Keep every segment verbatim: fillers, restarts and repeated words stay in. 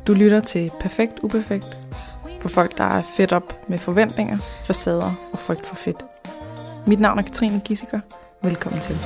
Du lytter til Perfekt Uperfekt for folk, der er fedt op med forventninger, facader og frygt for fedt. Mit navn er Katrine Gissiker. Velkommen til.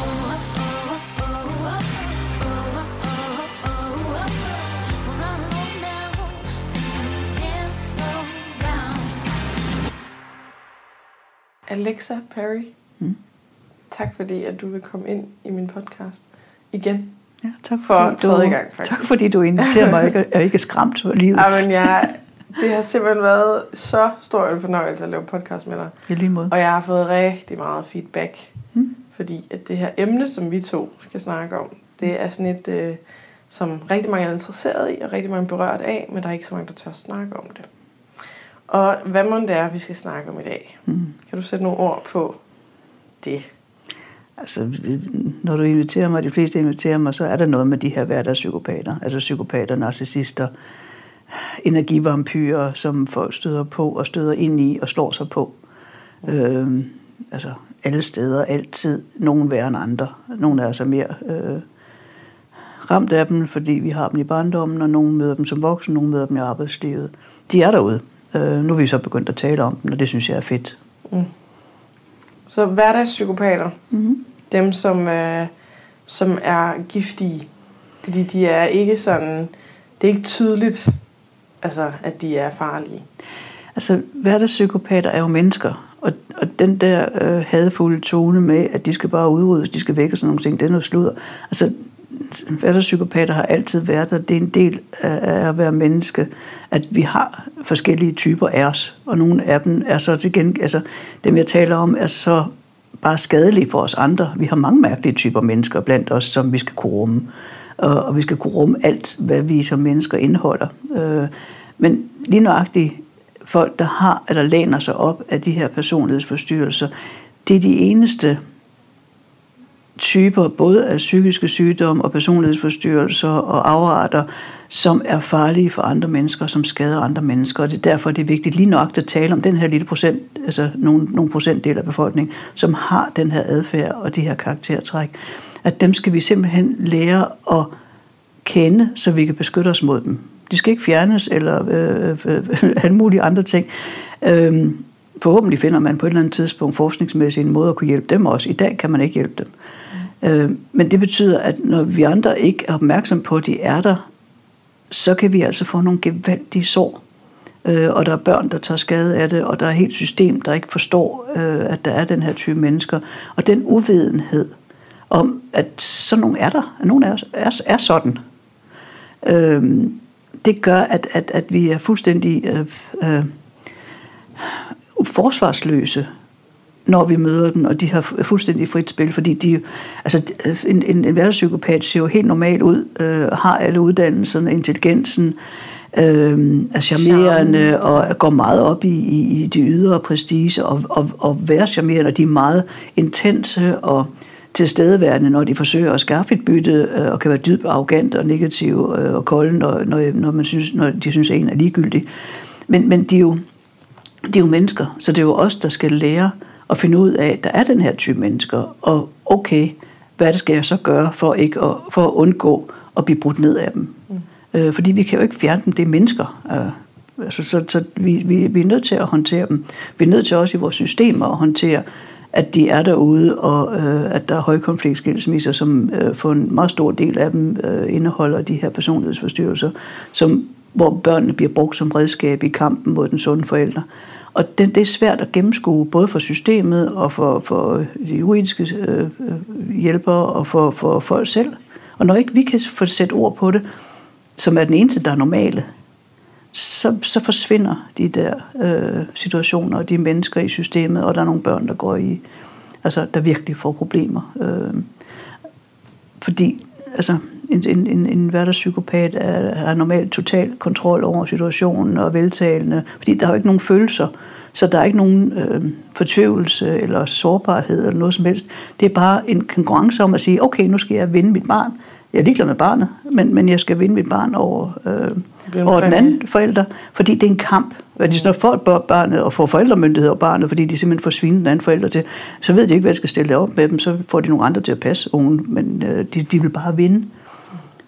Alexa Perry, mm. tak fordi at du vil komme ind i min podcast igen. Ja, tak for tredje gang faktisk. Tak fordi du inviterer mig, og jeg ikke er skræmt for livet. Jamen, jeg, det har simpelthen været så stor en fornøjelse at lave podcast med dig. I lige måde. Og jeg har fået rigtig meget feedback, mm. fordi at det her emne, som vi to skal snakke om, det er sådan et, øh, som rigtig mange er interesseret i, og rigtig mange berørt af, men der er ikke så mange, der tør snakke om det. Og hvad må det er, vi skal snakke om i dag? Mm. Kan du sætte nogle ord på det? Altså, når du inviterer mig, de fleste inviterer mig, så er der noget med de her hverdagspsykopater. Altså psykopater, narcissister, energivampyrer, som folk støder på og støder ind i og slår sig på. Mm. Øhm, altså alle steder, altid. Nogen værre end andre. Nogle er altså mere øh, ramt af dem, fordi vi har dem i barndommen, og nogen møder dem som voksne, nogen møder dem i arbejdslivet. De er derude. Øh, nu er vi så begyndt at tale om dem, og det synes jeg er fedt. Mm. Så hverdagspsykopater, mm-hmm. dem som, øh, som er giftige, fordi de er ikke sådan, det er ikke tydeligt, altså, at de er farlige. Altså hverdagspsykopater er jo mennesker, og, og den der øh, hadefulde tone med, at de skal bare udryddes, de skal væk og sådan nogle ting, det er noget sludder. Altså hverdagspsykopater har altid været der, det er en del af, af at være menneske, at vi har forskellige typer af os, og nogle af dem er så til gengæld, altså dem jeg taler om, er så bare skadelige for os andre. Vi har mange mærkelige typer mennesker blandt os, som vi skal kunne rumme, og, og vi skal kunne rumme alt, hvad vi som mennesker indeholder. Øh, men lige nøjagtigt folk, der har eller læner sig op af de her personlighedsforstyrrelser, det er de eneste typer, både af psykiske sygdomme og personlighedsforstyrrelser og afarter, som er farlige for andre mennesker, som skader andre mennesker. Og det er derfor, det er vigtigt lige nok at tale om den her lille procent, altså nogle, nogle procentdel af befolkningen, som har den her adfærd og de her karaktertræk. At dem skal vi simpelthen lære at kende, så vi kan beskytte os mod dem. De skal ikke fjernes eller øh, øh, alle mulige andre ting. Øh, forhåbentlig finder man på et eller andet tidspunkt forskningsmæssigt en måde at kunne hjælpe dem også. I dag kan man ikke hjælpe dem. Mm. Men det betyder, at når vi andre ikke er opmærksom på, at de er der, så kan vi altså få nogle gevaldige sår. Og der er børn, der tager skade af det, og der er et helt system, der ikke forstår, at der er den her type mennesker. Og den uvidenhed om, at sådan nogle er der, at nogen af os er, er sådan, det gør, at, at, at vi er fuldstændig øh, øh, forsvarsløse, når vi møder dem, og de har fuldstændig frit spil, fordi de, altså en, en, en hverdagspsykopat ser jo helt normalt ud, øh, har alle uddannelserne, intelligensen, øh, er charmerende og går meget op i, i, i de ydre prestige, og, og, og være charmerende, og de er meget intense og tilstedeværende, når de forsøger at skaffe et bytte, øh, og kan være dybt arrogant og negativ øh, og kold, når, når, når, man synes, når de synes, at en er ligegyldig. Men, men de, er jo, de er jo mennesker, så det er jo os, der skal lære at finde ud af, at der er den her type mennesker, og okay, hvad det skal jeg så gøre for, ikke at, for at undgå at blive brudt ned af dem. Mm. Øh, fordi vi kan jo ikke fjerne dem, det er mennesker. Øh, altså, så så vi, vi, vi er nødt til at håndtere dem. Vi er nødt til også i vores systemer at håndtere, at de er derude, og øh, at der er højkonfliktskilsmisser, som øh, for en meget stor del af dem øh, indeholder de her personlighedsforstyrrelser, som, hvor børnene bliver brugt som redskab i kampen mod den sunde forælder. Og det, det er svært at gennemskue, både for systemet og for, for de juridiske øh, hjælpere og for, for folk selv. Og når ikke vi kan få sætte ord på det, som er den eneste, der er normale, så, så forsvinder de der øh, situationer og de mennesker i systemet, og der er nogle børn, der går i, altså der virkelig får problemer. Øh, fordi altså, en, en, en hverdagspsykopat er, er normalt total kontrol over situationen og veltalende, fordi der er jo ikke nogen følelser, så der er ikke nogen øh, fortvivlelse eller sårbarhed eller noget som helst. Det er bare en konkurrence om at sige, okay, nu skal jeg vinde mit barn. Jeg er ligeglad med barnet, men, men jeg skal vinde mit barn over, øh, over den anden forælder, fordi det er en kamp. Hvis de får barnet og får forældremyndighed over barnet, fordi de simpelthen får svine den anden forælder til, så ved de ikke, hvad de skal stille op med dem, så får de nogle andre til at passe ungen, men øh, de, de vil bare vinde.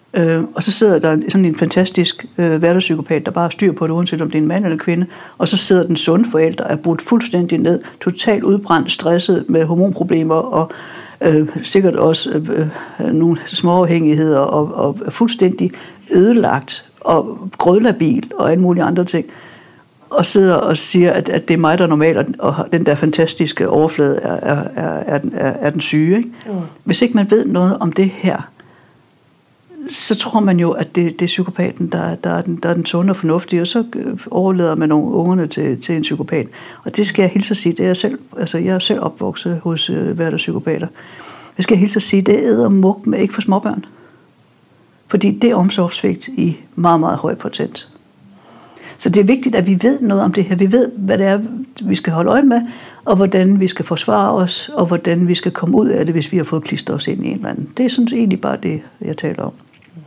Øh, og så sidder der sådan en fantastisk øh, hverdagspsykopat, der bare har styr på det, uanset om det er en mand eller en kvinde. Og så sidder den sunde forælder, er brudt fuldstændig ned, totalt udbrændt, stresset med hormonproblemer og øh, sikkert også øh, øh, nogle småafhængigheder og, og fuldstændig ødelagt og grødlabil og alle mulige andre ting. Og sidder og siger, at, at det er mig, der er normalt, og den der fantastiske overflade er, er, er, er, den, er, er den syge. Ikke? Mm. Hvis ikke man ved noget om det her, så tror man jo, at det, det er psykopaten, der, der, er den, der er den sunde og fornuftige, og så overlader man nogle ungerne til, til en psykopat. Og det skal jeg hilse at sige, det er jeg selv, altså jeg er selv opvokset hos øh, hverdagspsykopater. Jeg skal hilse at sige, det er eddermuk med ikke for småbørn. Fordi det er omsorgssvigt i meget, meget høj potent. Så det er vigtigt, at vi ved noget om det her. Vi ved, hvad det er, vi skal holde øje med, og hvordan vi skal forsvare os, og hvordan vi skal komme ud af det, hvis vi har fået klistret os ind i en eller anden. Det er sådan egentlig bare det, jeg taler om.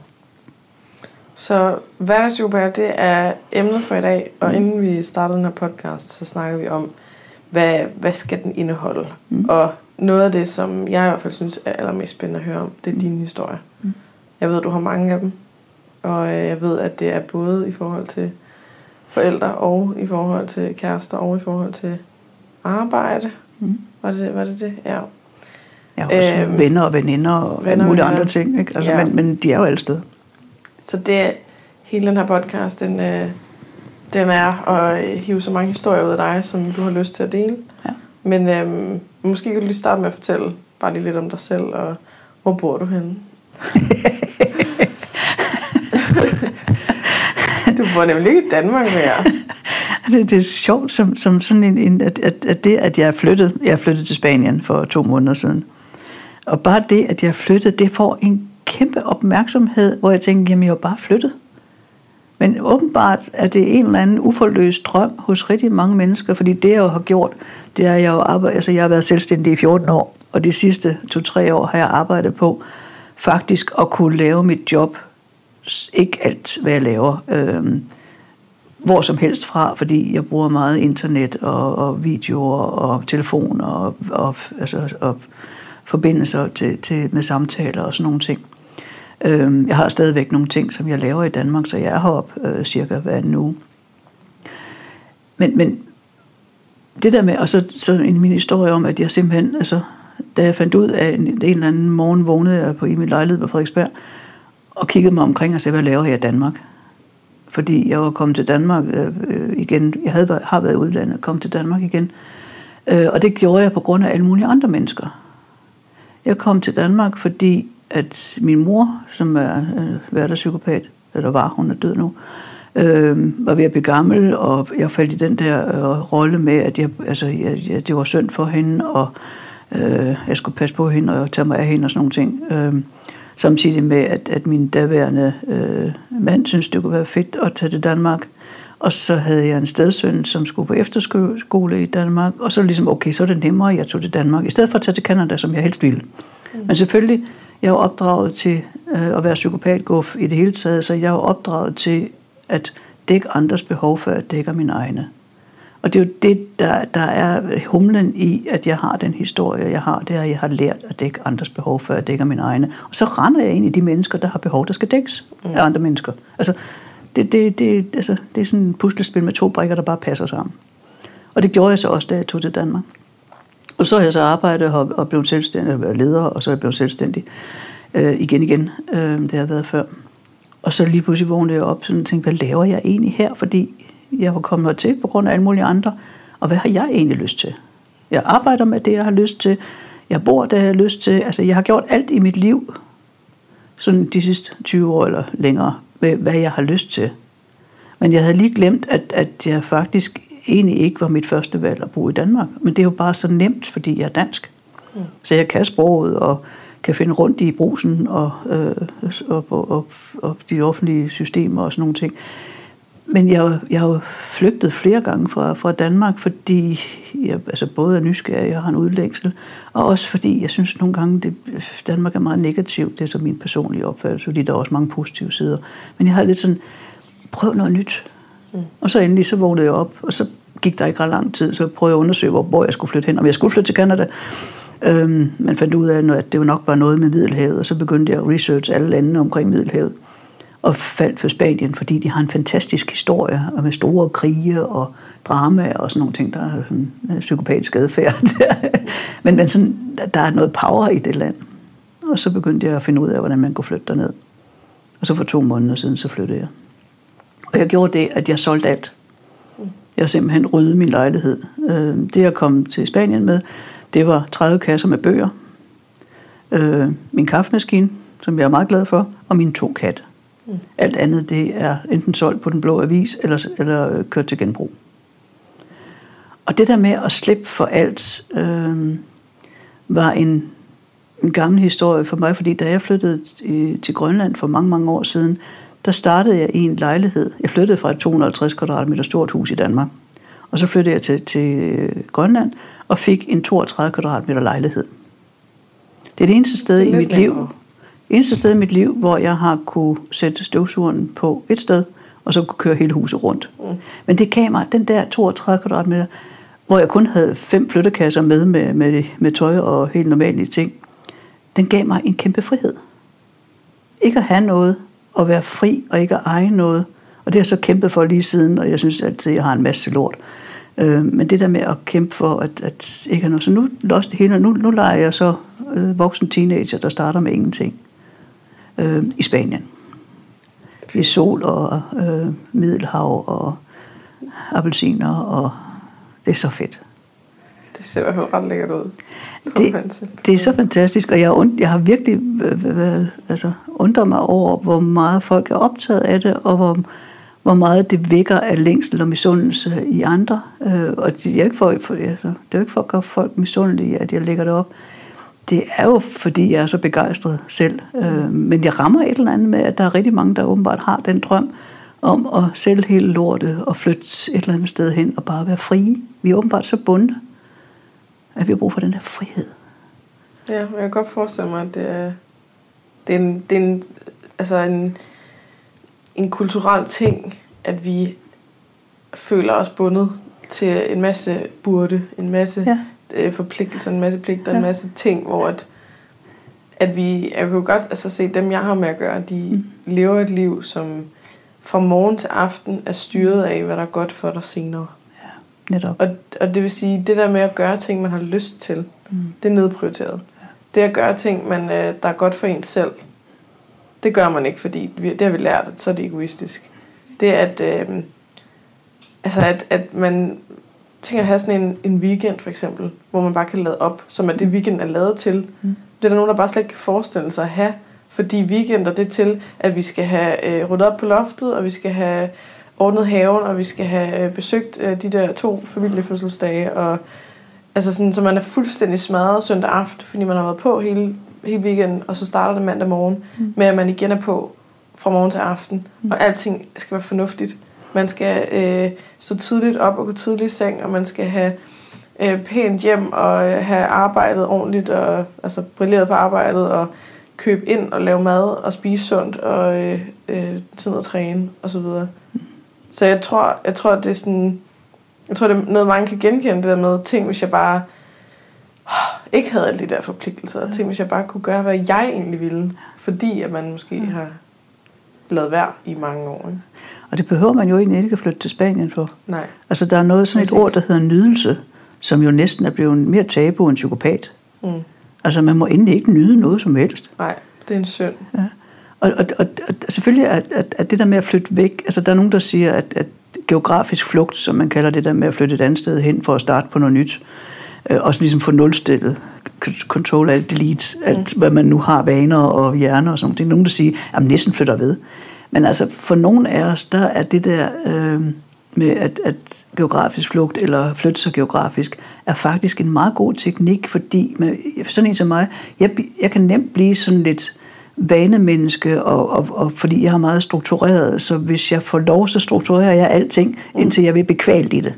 Så hverdagspsykopat, det er emnet for i dag, og mm. inden vi starter den her podcast, så snakker vi om, hvad, hvad skal den indeholde? Mm. Og noget af det, som jeg i hvert fald synes er allermest spændende at høre om, det er dine historier. Mm. Jeg ved, at du har mange af dem, og jeg ved, at det er både i forhold til forældre, og i forhold til kærester, og i forhold til arbejde. Mm. Var, det, var det det? Ja. Ja, også øhm, venner og veninder og venner, mulige andre ting. Ikke? Altså, ja. men, men de er jo alle steder. Så det, hele den her podcast, den, øh, den er at hive så mange historier ud af dig, som du har lyst til at dele. Ja. Men øh, måske kan du lige starte med at fortælle bare lige lidt om dig selv, og hvor bor du henne? Du bor nemlig ikke i Danmark mere. Det, det er sjovt, som, som sådan en, en at, at, at det, at jeg er flyttet, jeg er flyttet til Spanien for to måneder siden. Og bare det, at jeg er flyttet, det får en kæmpe opmærksomhed, hvor jeg tænker, jamen jeg er bare flyttet. Men åbenbart er det en eller anden uforløst drøm hos rigtig mange mennesker, fordi det jeg jo har gjort, det er, at jeg, jo arbejde, altså jeg har været selvstændig i fjorten år, og de sidste to-tre år har jeg arbejdet på faktisk at kunne lave mit job, ikke alt hvad jeg laver, øh, hvor som helst fra, fordi jeg bruger meget internet og, og videoer og telefoner og, og, altså, og forbindelser til, til, med samtaler og sådan nogle ting. Øh, jeg har stadigvæk nogle ting, som jeg laver i Danmark, så jeg er heroppe øh, cirka hver anden uge. Men, men det der med, og så, så en min historie om, at jeg simpelthen, altså, da jeg fandt ud af en, en eller anden morgen, vågnede jeg på i min lejlighed på Frederiksberg, og kiggede mig omkring og sagde, hvad laver jeg i Danmark? Fordi jeg var kommet til Danmark øh, igen. Jeg havde, har været i udlandet, kom til Danmark igen. Øh, og det gjorde jeg på grund af alle mulige andre mennesker. Jeg kom til Danmark, fordi at min mor, som er øh, hverdagspsykopat, eller var, hun er død nu, øh, var ved at blive gammel, og jeg faldt i den der øh, rolle med, at jeg, altså, jeg, jeg, det var synd for hende, og øh, jeg skulle passe på hende og tage mig af hende og sådan nogle ting. Øh, Samtidig med, at, at min daværende øh, mand syntes, det kunne være fedt at tage til Danmark. Og så havde jeg en stedsøn, som skulle på efterskole i Danmark. Og så ligesom, okay, så er det nemmere, at jeg tog til Danmark, i stedet for at tage til Canada, som jeg helst ville. Mm. Men selvfølgelig, jeg er opdraget til øh, at være psykopatguf i det hele taget, så jeg er opdraget til at dække andres behov, før jeg dækker mine egne. Og det er jo det, der, der er humlen i, at jeg har den historie, jeg har, det er, at jeg har lært at dække andres behov, før jeg dækker mine egne. Og så render jeg ind i de mennesker, der har behov, der skal dækkes mm. af andre mennesker. Altså det, det, det, altså, det er sådan et puslespil med to brikker, der bare passer sammen. Og det gjorde jeg så også, da jeg tog til Danmark. Og så har jeg så arbejdet og, og blevet selvstændig, og været leder, og så er jeg blevet selvstændig øh, igen igen. Øh, det har jeg været før. Og så lige pludselig vågnede jeg op og tænkte, hvad laver jeg egentlig her? Fordi jeg var kommet hertil på grund af alle mulige andre. Og hvad har jeg egentlig lyst til? Jeg arbejder med det, jeg har lyst til. Jeg bor der, jeg har lyst til. Altså, jeg har gjort alt i mit liv, sådan de sidste tyve år eller længere, med hvad jeg har lyst til. Men jeg havde lige glemt, at, at jeg faktisk egentlig ikke var mit første valg at bo i Danmark. Men det er jo bare så nemt, fordi jeg er dansk. Mm. Så jeg kan sproget og kan finde rundt i brusen og, øh, og, og, og, og de offentlige systemer og sådan nogle ting. Men jeg, jeg har jo flygtet flere gange fra, fra Danmark, fordi jeg altså både er nysgerrig, jeg har en udlængsel, og også fordi jeg synes nogle gange, at Danmark er meget negativt, det er så min personlige opfattelse, fordi der er også mange positive sider. Men jeg har lidt sådan, prøv noget nyt. Mm. Og så endelig, så vågnede jeg op, og så gik der ikke ret lang tid, så prøvede jeg at undersøge, hvor, hvor jeg skulle flytte hen, om jeg skulle flytte til Canada. Øhm, man fandt ud af, at det var nok bare noget med Middelhavet, og så begyndte jeg at researche alle landene omkring Middelhavet, og faldt for Spanien, fordi de har en fantastisk historie, og med store krige og drama og sådan nogle ting, der er sådan psykopatisk adfærd. men, men sådan, der er noget power i det land. Og så begyndte jeg at finde ud af, hvordan man kunne flytte derned. Og så for to måneder siden, så flyttede jeg. Og jeg gjorde det, at jeg solgte alt. Jeg simpelthen ryddede min lejlighed. Det jeg kom til Spanien med, det var tredive kasser med bøger, min kaffemaskine, som jeg er meget glad for, og mine to katte. Mm. Alt andet, det er enten solgt på Den Blå Avis, eller, eller kørt til genbrug. Og det der med at slippe for alt, øh, var en, en gammel historie for mig, fordi da jeg flyttede i, til Grønland for mange, mange år siden, der startede jeg i en lejlighed. Jeg flyttede fra et to hundrede og halvtreds kvadratmeter stort hus i Danmark, og så flyttede jeg til, til Grønland og fik en toogtredive kvadratmeter lejlighed. Det er det eneste sted det i mit liv, eneste sted i mit liv, hvor jeg har kunne sætte støvsugeren på et sted, og så kunne køre hele huset rundt. Mm. Men det gav mig den der toogtredive kvadratmeter, hvor jeg kun havde fem flyttekasser med, med, med, med tøj og helt normale ting. Den gav mig en kæmpe frihed. Ikke at have noget, at være fri og ikke at eje noget. Og det har jeg så kæmpet for lige siden, og jeg synes, at jeg har en masse lort. Øh, men det der med at kæmpe for, at, at ikke have noget. Så nu lost det hele, nu, nu leger jeg så øh, voksen teenager, der starter med ingenting. Øh, I Spanien. I sol og øh, Middelhav og appelsiner, og det er så fedt. Det ser i hvert fald ret lækkert ud. Det, det er så fantastisk, og jeg, und, jeg har virkelig været, altså, undret mig over, hvor meget folk er optaget af det, og hvor, hvor meget det vækker af længsel og misundelse i andre. Øh, og det er ikke for, for, altså, det er jo ikke for at gøre folk misundelige, at jeg lægger det op. Det er jo, fordi jeg er så begejstret selv. Øh, men jeg rammer et eller andet med, at der er rigtig mange, der åbenbart har den drøm om at sælge hele lortet og flytte et eller andet sted hen og bare være frie. Vi er åbenbart så bundet, at vi har brug for den her frihed. Ja, jeg kan godt forestille mig, at det er, det er, en, det er en, altså en, en kulturel ting, at vi føler os bundet til en masse burde, en masse ja. øh, forpligtelser, en masse pligter, ja. en masse ting, hvor at, at vi, jeg kan jo godt altså, se dem, jeg har med at gøre, de mm. lever et liv, som fra morgen til aften er styret af, hvad der er godt for dig senere. Netop. Og, og det vil sige, det der med at gøre ting, man har lyst til, mm. det er nedprioriteret. Ja. Det at gøre ting, man, der er godt for en selv, det gør man ikke, fordi vi, det har vi lært, at så er det egoistisk. Det er, at, øh, altså at, at man tænker at have sådan en, en weekend, for eksempel, hvor man bare kan lade op, som at det weekend er lavet til. Mm. Det er der nogen, der bare slet ikke kan forestille sig at have, fordi weekender det er til, at vi skal have øh, ryddet op på loftet, og vi skal have ordnet haven, og vi skal have besøgt øh, de der to familiefødselsdage, og altså sådan, så man er fuldstændig smadret søndag aften, fordi man har været på hele, hele weekenden, og så starter det mandag morgen, mm. med at man igen er på fra morgen til aften, mm. og alting skal være fornuftigt. Man skal øh, stå tidligt op og gå tidligt i seng, og man skal have øh, pænt hjem, og øh, have arbejdet ordentligt, og altså brilleret på arbejdet, og købe ind og lave mad, og spise sundt, og øh, øh, tid at træne, og så videre. Mm. Så jeg tror, jeg tror, det er sådan, jeg tror, det er noget, mange kan genkende, det der med ting, hvis jeg bare oh, ikke havde alle de der forpligtelser, ja. ting, hvis jeg bare kunne gøre, hvad jeg egentlig ville, fordi at man måske ja. har lavet værd i mange år. Ikke? Og det behøver man jo egentlig ikke at flytte til Spanien for. Nej. Altså, der er noget sådan et ord, der hedder nydelse, som jo næsten er blevet mere tabu end psykopat. Mm. Altså, man må endelig ikke nyde noget som helst. Nej, det er en synd. Ja. Og, og, og, og selvfølgelig er at, at det der med at flytte væk, altså der er nogen, der siger, at, at geografisk flugt, som man kalder det der med at flytte et andet sted hen for at starte på noget nyt, øh, også ligesom få nulstillet, control alt, delete, alt, mm. hvad man nu har, vaner og hjerner og sådan noget. Det er nogen, der siger, at næsten flytter ved. Men altså for nogen af os, der er det der øh, med at, at geografisk flugt eller flytte sig geografisk, er faktisk en meget god teknik, fordi med, sådan en som mig, jeg, jeg kan nemt blive sådan lidt vanemenneske, og, og, og fordi jeg har meget struktureret, så hvis jeg får lov, så strukturerer jeg alting, mm. indtil jeg vil bekvælt i det.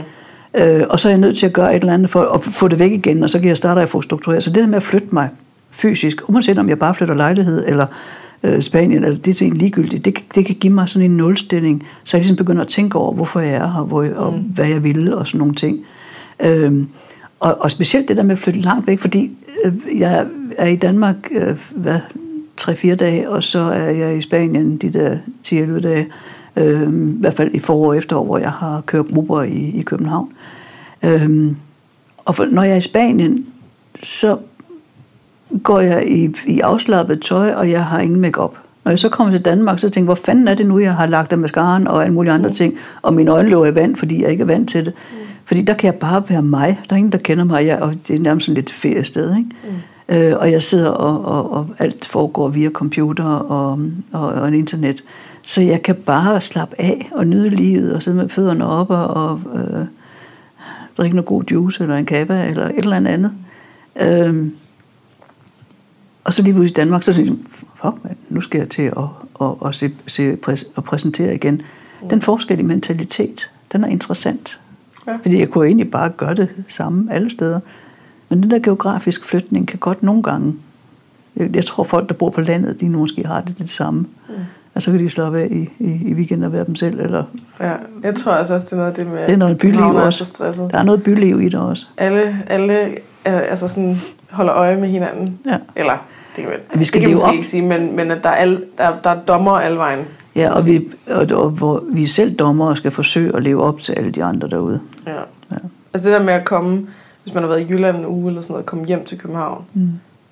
Mm. Øh, og så er jeg nødt til at gøre et eller andet for at få det væk igen, og så kan jeg starte at få struktureret. Så det der med at flytte mig fysisk, uanset om jeg bare flytter lejlighed, eller øh, Spanien, eller det er egentlig ligegyldigt, det, det kan give mig sådan en nulstilling, så jeg ligesom begynder at tænke over, hvorfor jeg er her, hvor jeg, og mm. hvad jeg vil, og sådan nogle ting. Øh, Og, og specielt det der med at flytte langt væk, fordi øh, jeg er i Danmark øh, hvad, tre-fire dage, og så er jeg i Spanien de der ti-elleve dage, øh, i hvert fald i forår og efterår, hvor jeg har kørt grupper i, i København. Øh, og for, når jeg er i Spanien, så går jeg i, i afslappet tøj, og jeg har ingen make-up. Når jeg så kommer til Danmark, så tænker jeg, hvor fanden er det nu, jeg har lagt af mascaraen og alle mulige andre mm. ting, og mine øjne løber i vand, fordi jeg ikke er vant til det. Mm. Fordi der kan jeg bare være mig. Der er ingen, der kender mig, jeg, og det er nærmest sådan lidt feriested, ikke? Mm. Øh, og jeg sidder, og, og, og alt foregår via computer og, og, og en internet. Så jeg kan bare slappe af og nyde livet, og sidde med fødderne op og, og øh, drikke noget god juice, eller en kava, eller et eller andet. Øh, og så lige pludselig i Danmark, så tænker jeg, fuck man, nu skal jeg til at, at, at, se, se, at præsentere igen. Mm. Den forskellige mentalitet, den er interessant. Ja. Fordi jeg kunne egentlig bare gøre det samme alle steder. Men den der geografiske flytning kan godt nogle gange... Jeg, jeg tror, folk, der bor på landet, de måske har det det samme. Mm. Og så kan de slappe af i, i, i weekenden og være dem selv. Eller... Ja, jeg tror altså også, det er noget af det med... Det er noget byliv også. Der er noget byliv i det også. Alle, alle altså sådan, holder øje med hinanden. Ja. Eller, det kan, vi skal det kan måske op. Ikke sige, men, men at der er, alle, der, der er dommer alle vejen. Ja, og vi, og, og, hvor vi selv dommer og skal forsøge at leve op til alle de andre derude. Ja. Ja. Altså det der med at komme, hvis man har været i Jylland en uge eller sådan noget, komme hjem til København. Mm.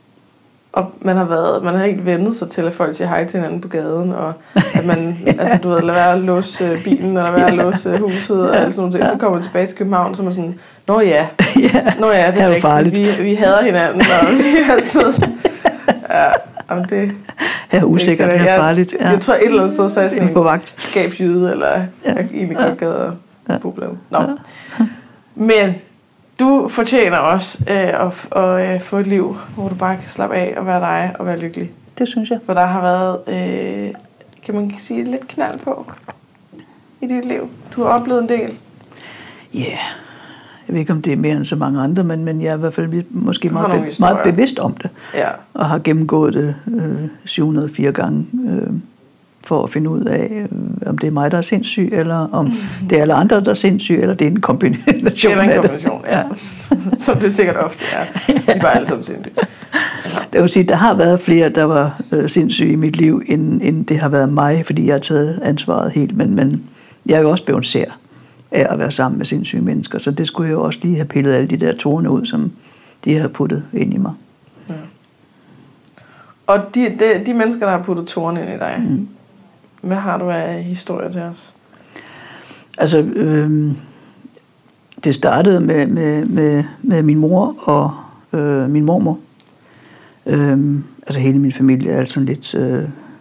Og man har været, man har ikke vendet sig til, at folk siger hej til hinanden på gaden, og at man, altså du ved, lad være at låse bilen, eller lad være at låse huset, og alt sådan noget. Ja. Så kommer man tilbage til København, så er man sådan, nå ja, ja. nå ja, det er, er rigtigt, vi, vi hader hinanden, og vi har altid sådan, ja, om det... Her er usikkert, det er farligt. Ja. Jeg tror et eller andet sted, så er jeg sådan en på vagt. Skabsjyde, eller ja. Jeg egentlig godt gad at ja. Problem. Nå. Ja. Men du fortjener også øh, at, at øh, få et liv, hvor du bare kan slappe af og være dig og være lykkelig. Det synes jeg. For der har været, øh, kan man sige, lidt knald på i dit liv. Du har oplevet en del. Ja, yeah. Jeg ved ikke, om det er mere end så mange andre, men, men jeg er i hvert fald måske meget, be, meget bevidst om det. Ja. Og har gennemgået det øh, syv hundrede og fire gange, øh, for at finde ud af, øh, om det er mig, der er sindssyg, eller om mm. det er alle andre, der er sindssyg, eller det er en kombination. Det er en kombination, ja. Som det sikkert ofte er. De er bare alle sammen sindssyge. Ja. Det vil sige, der har været flere, der var øh, sindssyge i mit liv, end, end det har været mig, fordi jeg har taget ansvaret helt. Men, men jeg er jo også blevet sær af at være sammen med sindssyge mennesker, så det skulle jeg jo også lige have pillet alle de der torne ud, som de har puttet ind i mig. Ja. Og de, de, de mennesker, der har puttet torne ind i dig, mm. hvad har du af historie til os? Altså, øh, det startede med, med, med, med min mor og øh, min mormor. Øh, altså hele min familie er altså lidt... Øh,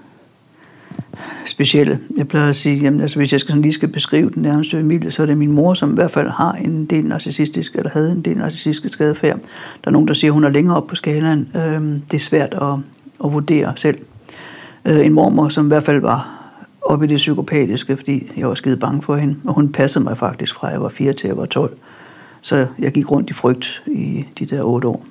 specielle. Jeg plejer at sige, jamen, altså, hvis jeg skal, sådan lige skal beskrive den nærmeste familie, så er det min mor, som i hvert fald har en del narcissistisk, eller havde en del narcissistisk skadefærd. Der er nogen, der siger, at hun er længere op på skalaen. Øhm, det er svært at, at vurdere selv. Øh, en mormor, som i hvert fald var oppe i det psykopatiske, fordi jeg var skide bange for hende, og hun passede mig faktisk fra, jeg var fire til jeg var tolv. Så jeg gik rundt i frygt i de der otte år.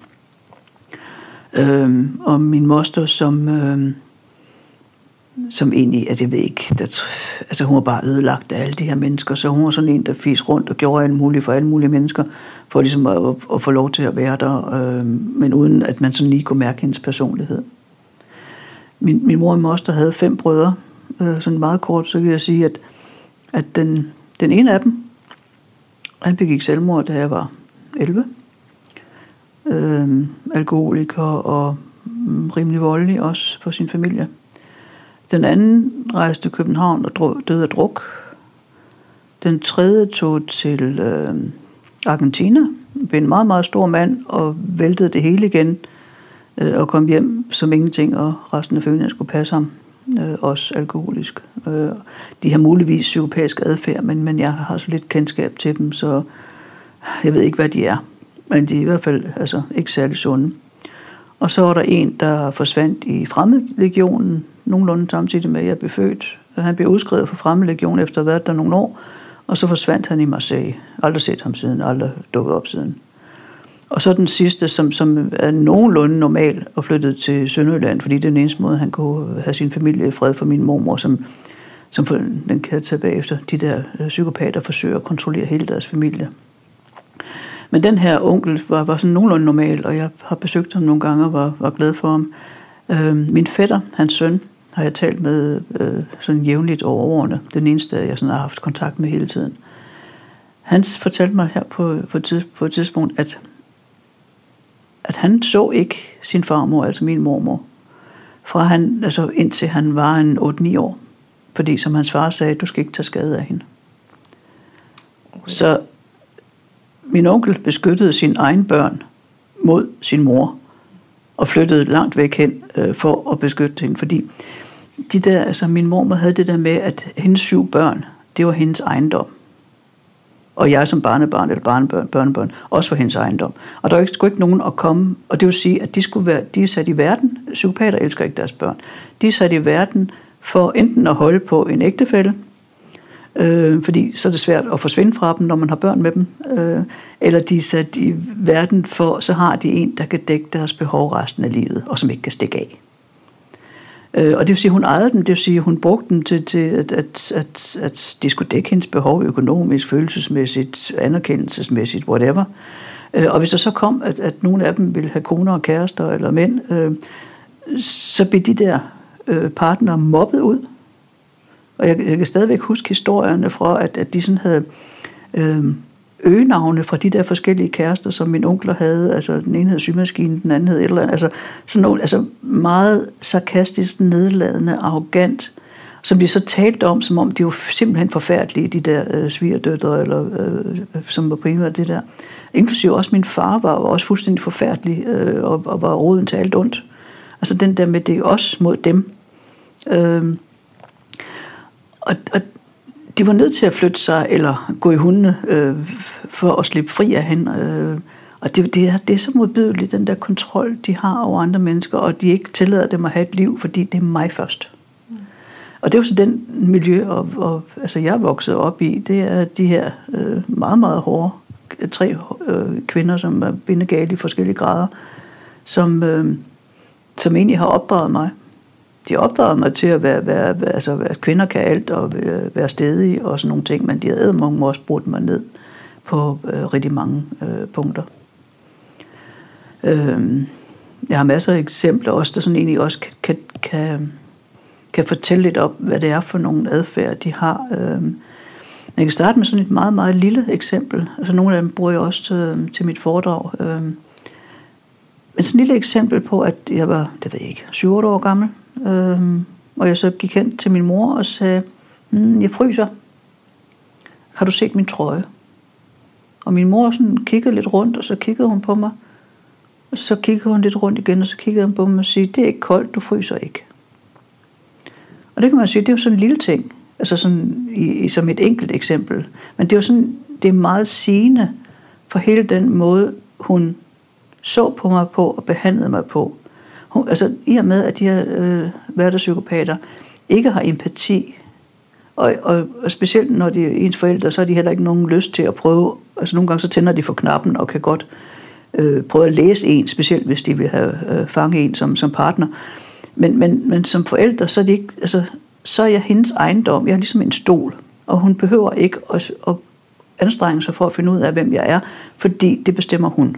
Øhm, og min moster, som... Øhm, som egentlig, at jeg ved ikke, der, altså hun var bare ødelagt af alle de her mennesker, så hun var sådan en, der fis rundt og gjorde alt muligt for alle mulige mennesker, for ligesom at, at, at få lov til at være der, øh, men uden at man sådan lige kunne mærke hendes personlighed. Min, min mor og moster havde fem brødre, øh, sådan meget kort, så kan jeg sige, at, at den, den ene af dem, han begik selvmord, da jeg var elleve, øh, alkoholiker og rimelig voldelig også for sin familie. Den anden rejste til København og døde af druk. Den tredje tog til øh, Argentina, blev en meget, meget stor mand og væltede det hele igen øh, og kom hjem som ingenting, og resten af familien skulle passe ham, øh, også alkoholisk. Øh, de har muligvis psykopatisk adfærd, men, men jeg har så lidt kendskab til dem, så jeg ved ikke, hvad de er. Men de er i hvert fald altså, ikke særlig sunde. Og så var der en, der forsvandt i Fremmedlegionen, nogenlunde samtidig med, at jeg blev født. Han blev udskrevet fra Fremmedlegionen efter at have været der nogle år, og så forsvandt han i Marseille. Aldrig set ham siden, aldrig dukket op siden. Og så den sidste, som, som er nogenlunde normal og flyttet til Sønderjylland, fordi det er den eneste måde, han kunne have sin familie i fred for min mormor, som, som den kan tage bagefter. De der psykopater forsøger at kontrollere hele deres familie. Men den her onkel var, var sådan nogenlunde normal, og jeg har besøgt ham nogle gange og var, var glad for ham. Øh, min fætter, hans søn, har jeg talt med øh, sådan jævnligt over årene. Den eneste, jeg sådan har haft kontakt med hele tiden. Han fortalte mig her på, på, et, på et tidspunkt, at, at han så ikke sin farmor, altså min mormor, fra han, altså indtil han var en otte ni år. Fordi som hans far sagde, du skal ikke tage skade af hende. Okay. Så min onkel beskyttede sine egne børn mod sin mor, og flyttede langt væk hen øh, for at beskytte hende. Fordi de der, altså min mormor havde det der med, at hendes syv børn, det var hendes ejendom. Og jeg som barnebarn eller barnebørn, børnebørn, også var hendes ejendom. Og der skulle ikke nogen at komme, og det vil sige, at de, skulle være, de er sat i verden, psykopater elsker ikke deres børn, de er sat i verden for enten at holde på en ægtefælle, øh, fordi så er det svært at forsvinde fra dem, når man har børn med dem, øh, eller de er sat i verden for, så har de en, der kan dække deres behov resten af livet, og som ikke kan stikke af. Øh, og det vil sige, at hun ejede dem, det vil sige, at hun brugte dem til, til at, at, at, at de skulle dække hendes behov økonomisk, følelsesmæssigt, anerkendelsesmæssigt, whatever. Øh, og hvis der så kom, at, at nogle af dem ville have koner og kærester eller mænd, øh, så blev de der øh, partnere mobbet ud. Og jeg, jeg kan stadigvæk huske historierne fra, at, at de sådan havde øh, øgenavne fra de der forskellige kærester, som min onkler havde. Altså den ene hed symaskinen, den anden hed et eller andet. Altså sådan nogle, altså meget sarkastisk, nedladende, arrogant, som de så talte om, som om de var simpelthen forfærdelige, de der øh, svigerdøtre, eller øh, som var primært det der. Inklusive også min far var også fuldstændig forfærdelig, øh, og, og var roden til alt ondt. Altså den der med det også mod dem. Øh, og, og de var nødt til at flytte sig, eller gå i hundene, øh, for at slippe fri af hende. Øh, og det, det, er, det er så modbydeligt, den der kontrol, de har over andre mennesker, og de ikke tillader dem at have et liv, fordi det er mig først. Mm. Og det er jo så den miljø, og, og, altså jeg er vokset op i, det er de her øh, meget, meget hårde tre øh, kvinder, som er bindegale i forskellige grader, som, øh, som egentlig har opdraget mig. De opdragede mig til at være, være, være, altså, at kvinder kan alt og være, være stedige og sådan nogle ting, men de havde mange også brudt mig ned på øh, rigtig mange øh, punkter. Øh, jeg har masser af eksempler også, der sådan egentlig også kan, kan, kan, kan fortælle lidt om, hvad det er for nogle adfærd, de har. Øh, jeg kan starte med sådan et meget, meget lille eksempel. Altså nogle af dem bruger jeg også til, til mit foredrag. Øh, men sådan et lille eksempel på, at jeg var, det ved jeg ikke, syv otte år gammel. Øhm, og jeg så gik hen til min mor og sagde, mm, jeg fryser. Har du set min trøje? Og min mor sådan kiggede lidt rundt, og så kiggede hun på mig. Og så kiggede hun lidt rundt igen, og så kiggede hun på mig og sagde, det er ikke koldt, du fryser ikke. Og det kan man sige, det er jo sådan en lille ting. Altså sådan i, i, som et enkelt eksempel. Men det er jo sådan, det er meget sigende for hele den måde, hun så på mig på og behandlede mig på. Hun, altså i og med, at de her øh, hverdagspsykopater ikke har empati, og, og, og specielt når de er ens forældre, så har de heller ikke nogen lyst til at prøve, altså nogle gange så tænder de for knappen og kan godt øh, prøve at læse en, specielt hvis de vil have øh, fanget en som, som partner. Men, men, men som forældre, så er, det ikke, altså, så er jeg hendes ejendom. Jeg er ligesom en stol, og hun behøver ikke at, at anstrenge sig for at finde ud af, hvem jeg er, fordi det bestemmer hun.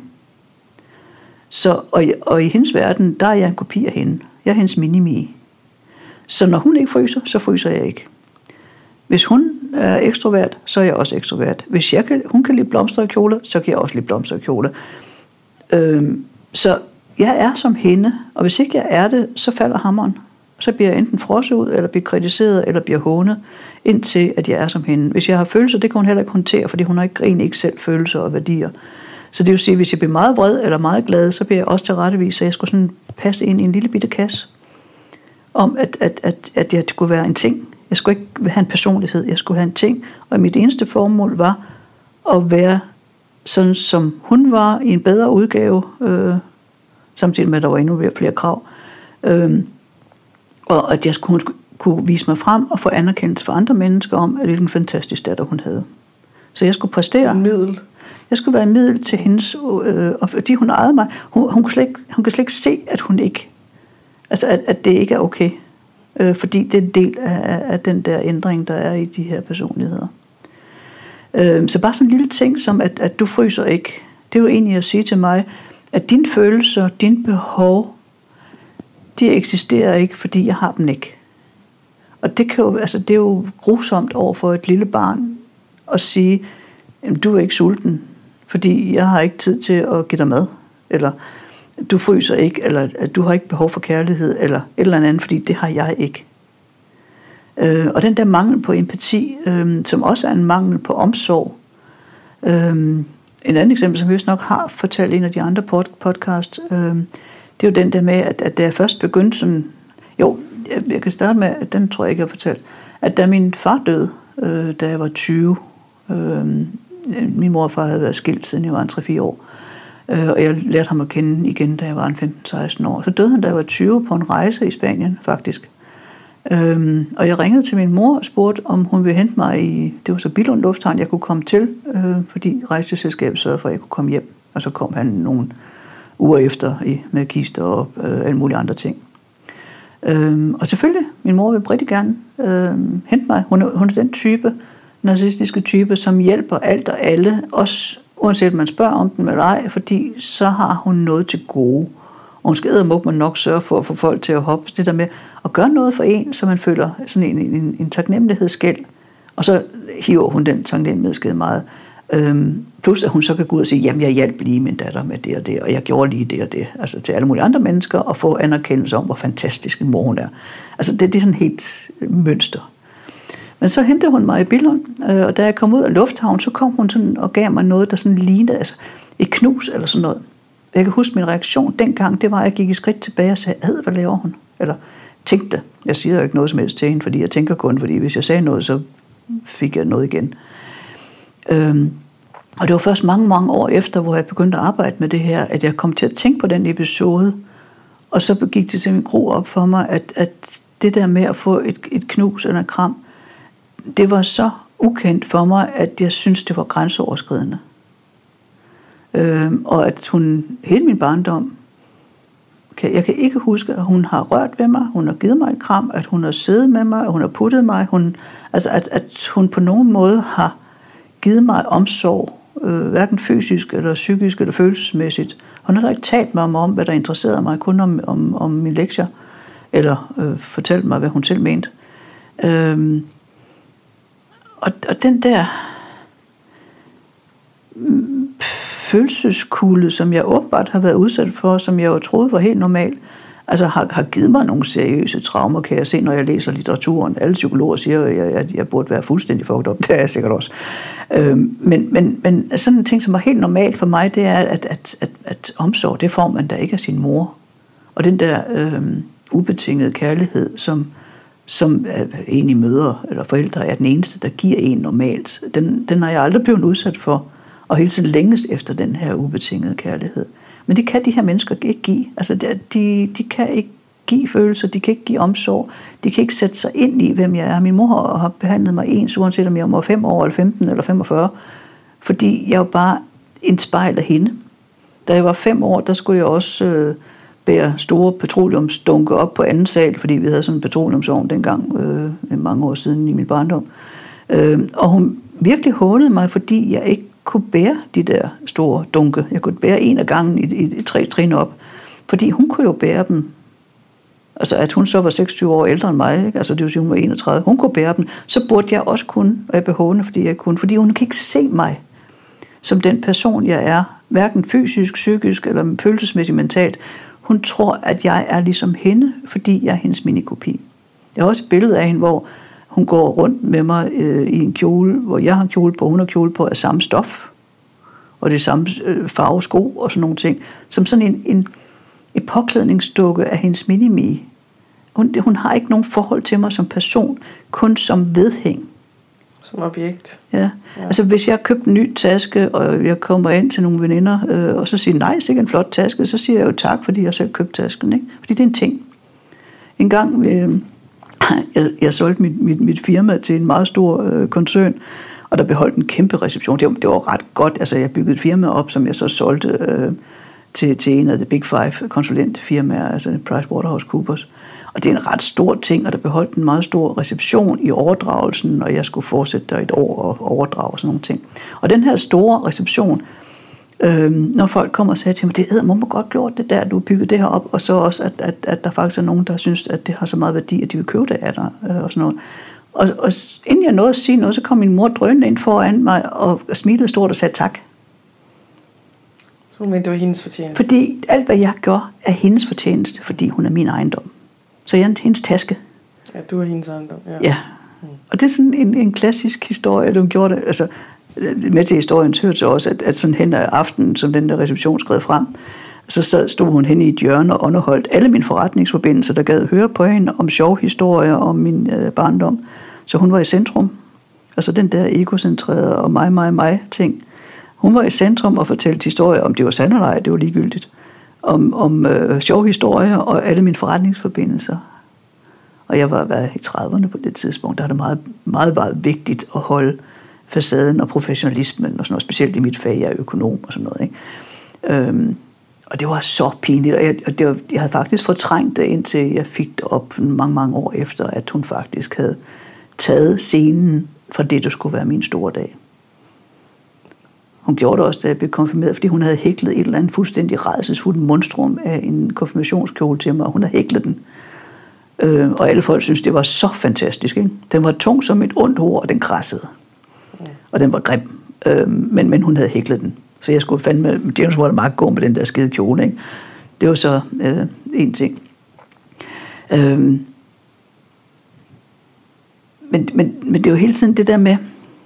Så, og, og i hendes verden, der er jeg en kopi af hende. Jeg er hendes mini-me. Så når hun ikke fryser, så fryser jeg ikke. Hvis hun er ekstrovert, så er jeg også ekstrovert. Hvis jeg kan, hun kan lide blomster og kjoler, så kan jeg også lide blomster og kjoler. Øhm, så jeg er som hende, og hvis ikke jeg er det, så falder hammeren. Så bliver jeg enten frosset ud, eller bliver kritiseret, eller bliver hånet, indtil at jeg er som hende. Hvis jeg har følelser, det kan hun heller ikke håndtere, fordi hun har ikke, egentlig ikke selv følelser og værdier. Så det vil sige, at hvis jeg bliver meget vred eller meget glad, så bliver jeg også til rettevist, så jeg skulle sådan passe ind i en lille bitte kasse, om at, at, at, at jeg skulle være en ting. Jeg skulle ikke have en personlighed, jeg skulle have en ting. Og mit eneste formål var at være sådan, som hun var, i en bedre udgave, øh, samtidig med, at der var endnu flere krav. Øh, og at jeg skulle, hun skulle kunne vise mig frem og få anerkendelse for andre mennesker om, at hvilken fantastisk datter hun havde. Så jeg skulle præstere. Middel. Jeg skulle være en middel til hendes, øh, og fordi hun ejede mig, hun, hun, kunne slet ikke, hun kan slet ikke se, at hun ikke, altså at, at det ikke er okay, øh, fordi det er en del af, af den der ændring, der er i de her personligheder. Øh, så bare sådan en lille ting som, at, at du fryser ikke, det det er jo egentlig at sige til mig, at dine følelser, dine behov, de eksisterer ikke, fordi jeg har dem ikke. Og det, kan jo, altså, det er jo grusomt over for et lille barn at sige, at du er ikke sulten, fordi jeg har ikke tid til at give dig mad, eller du fryser ikke, eller at du har ikke behov for kærlighed, eller et eller andet, fordi det har jeg ikke. Øh, og den der mangel på empati, øh, som også er en mangel på omsorg. Øh, en anden eksempel, som vi nok har fortalt i en af de andre pod- podcast, øh, det er jo den der med, at, at da jeg først begyndte sådan, jo, jeg, jeg kan starte med, at den tror jeg ikke, jeg har fortalt, at da min far døde, øh, da jeg var tyve, øh, min mor og far havde været skilt, siden jeg var en tre fire år, øh, og jeg lærte ham at kende igen, da jeg var en femten seksten år. Så døde han, da jeg var tyve, på en rejse i Spanien, faktisk. Øhm, og jeg ringede til min mor og spurgte, om hun ville hente mig i, det var så Billund Lufthavn, jeg kunne komme til, øh, fordi rejseselskabet sørgede for, at jeg kunne komme hjem. Og så kom han nogle uger efter i, med kister og øh, alle mulige andre ting. Øhm, og selvfølgelig, min mor vil rigtig gerne øh, hente mig. Hun er, hun er den type, narcissistiske type, som hjælper alt og alle, også uanset om man spørger om den eller ej, fordi så har hun noget til gode. Og hun skal eddermukke man nok sørge for at få folk til at hoppe det der med at gøre noget for en, så man føler sådan en, en, en taknemmelighedsgæld. Og så hiver hun den taknemmelighedsgæld meget. Øhm, plus at hun så kan gå ud og sige, jamen jeg hjalp lige min datter med det og det, og jeg gjorde lige det og det. Altså til alle mulige andre mennesker, og få anerkendelse om, hvor fantastisk en mor hun er. Altså det, det er sådan helt mønster. Men så hentede hun mig i Billund, øh, og da jeg kom ud af lufthavn, så kom hun sådan og gav mig noget, der sådan lignede, altså et knus eller sådan noget. Jeg kan huske min reaktion dengang, det var, at jeg gik et skridt tilbage og sagde, ad, hvad laver hun? Eller tænkte, jeg siger jo ikke noget som helst til hende, fordi jeg tænker kun, fordi hvis jeg sagde noget, så fik jeg noget igen. Øhm, og det var først mange, mange år efter, hvor jeg begyndte at arbejde med det her, at jeg kom til at tænke på den episode, og så gik det til min gro op for mig, at, at det der med at få et, et knus eller et kram, det var så ukendt for mig, at jeg synes det var grænseoverskridende. Øhm, og at hun, hele min barndom, kan, jeg kan ikke huske, at hun har rørt ved mig, hun har givet mig et kram, at hun har siddet med mig, at hun har puttet mig, hun, altså at, at hun på nogen måde har givet mig omsorg, øh, hverken fysisk eller psykisk eller følelsesmæssigt. Hun har ikke talt mig om, om, hvad der interesserede mig, kun om, om, om mine lektier, eller øh, fortalt mig, hvad hun selv mente. Øhm, og, og den der mm, følelseskugle, som jeg åbenbart har været udsat for, som jeg jo troede var helt normal, altså har, har givet mig nogle seriøse traumer, kan jeg se, når jeg læser litteraturen. Alle psykologer siger, at jeg, jeg, jeg burde være fuldstændig fucked up. Det er jeg sikkert også. Øhm, men, men, men sådan en ting, som var helt normalt for mig, det er, at, at, at, at omsorg, det får man da ikke af sin mor. Og den der øhm, ubetingede kærlighed, som, som en i mødre eller forældre er den eneste, der giver en normalt, den, den har jeg aldrig blevet udsat for. Og hele tiden længes efter den her ubetingede kærlighed. Men det kan de her mennesker ikke give. Altså de, de kan ikke give følelser, de kan ikke give omsorg, de kan ikke sætte sig ind i, hvem jeg er. Min mor har behandlet mig ens, uanset om jeg var fem år, eller femten, eller femogfyrre, fordi jeg var bare en spejl af hende. Da jeg var fem år, der skulle jeg også øh, bære store petroleumsdunke op på anden sal, fordi vi havde sådan en petroleumsovn dengang, øh, mange år siden i min barndom. Øh, og hun virkelig hånede mig, fordi jeg ikke kunne bære de der store dunke. Jeg kunne bære en af gangen i, i, i tre trin op, fordi hun kunne jo bære dem. Altså at hun så var seksogtyve år ældre end mig, ikke? Altså det vil sige, hun var enogtredive. Hun kunne bære dem, så burde jeg også kunne, og jeg blev hånende, fordi jeg kunne, fordi hun kan ikke se mig som den person, jeg er, hverken fysisk, psykisk eller følelsesmæssigt mentalt. Hun tror, at jeg er ligesom hende, fordi jeg er hendes minikopi. Jeg har også et billede af hende, hvor hun går rundt med mig øh, i en kjole, hvor jeg har kjole på, hun har kjole på af samme stof, og det samme øh, farve sko og sådan nogle ting, som sådan en, en, en påklædningsdukke af hendes minimi. Hun, hun har ikke nogen forhold til mig som person, kun som vedhæng. Som objekt. Ja. ja. Altså hvis jeg købte en ny taske, og jeg kommer ind til nogle veninder, øh, og så siger nej, det er en flot taske, så siger jeg jo tak, fordi jeg selv købte tasken, ikke? Fordi det er en ting. En gang øh, jeg, jeg solgte mit, mit, mit firma til en meget stor øh, koncern, og der beholdt en kæmpe reception. Det var, det var ret godt. Altså jeg byggede et firma op, som jeg så solgte øh, til, til en af de Big Five konsulentfirmaer, altså PricewaterhouseCoopers. Og det er en ret stor ting, og der beholdt en meget stor reception i overdragelsen, og jeg skulle fortsætte der et år og overdrage og sådan nogle ting. Og den her store reception, Øhm, når folk kommer og siger til mig, det er må godt gjort det der, du har bygget det her op, og så også, at, at, at der faktisk er nogen, der synes, at det har så meget værdi, at de vil købe det af dig, øh, og sådan noget. Og, og inden jeg nåede at sige noget, så kom min mor drønende ind foran mig, og smilede stort og sagde tak. Så men det var hendes fortjeneste? Fordi alt, hvad jeg gør, er hendes fortjeneste, fordi hun er min ejendom. Så jeg er hendes taske. Ja, du er hendes ejendom. Ja. Ja. Mm. Og det er sådan en, en klassisk historie, du gjorde det. Altså, med til historien hørte så også, at, at sådan hen ad aftenen, som den der reception skred frem, så sad, stod hun hen i et hjørne og underholdt alle mine forretningsforbindelser, der gad høre på hende om sjove historier om min øh, barndom. Så hun var i centrum. Altså den der egocentrerede og mig, mig, mig ting. Hun var i centrum og fortalte historier, om det var sand eller ej, det var ligegyldigt. Om, om øh, sjove historier og alle mine forretningsforbindelser. Og jeg var været i trediverne på det tidspunkt. Der er det meget, meget, meget vigtigt at holde facaden og professionalismen og sådan noget, specielt i mit fag, jeg er økonom og sådan noget, ikke? Øhm, og det var så pinligt, og, jeg, og det var, jeg havde faktisk fortrængt det, indtil jeg fik det op mange, mange år efter, at hun faktisk havde taget scenen fra det, der skulle være min store dag. Hun gjorde det også, da jeg blev konfirmeret, fordi hun havde hæklet et eller andet fuldstændig rædselsfuldt monstrum af en konfirmationskjole til mig, og hun havde hæklet den. Øh, og alle folk syntes, det var så fantastisk, ikke? Den var tung som et ondt hår, og den krassede. Og den var grim, øh, men, men hun havde hæklet den. Så jeg skulle fandme, James var meget god med den der skide kjole, ikke? Det var så øh, en ting. Øh, men, men, men det var hele tiden det der med,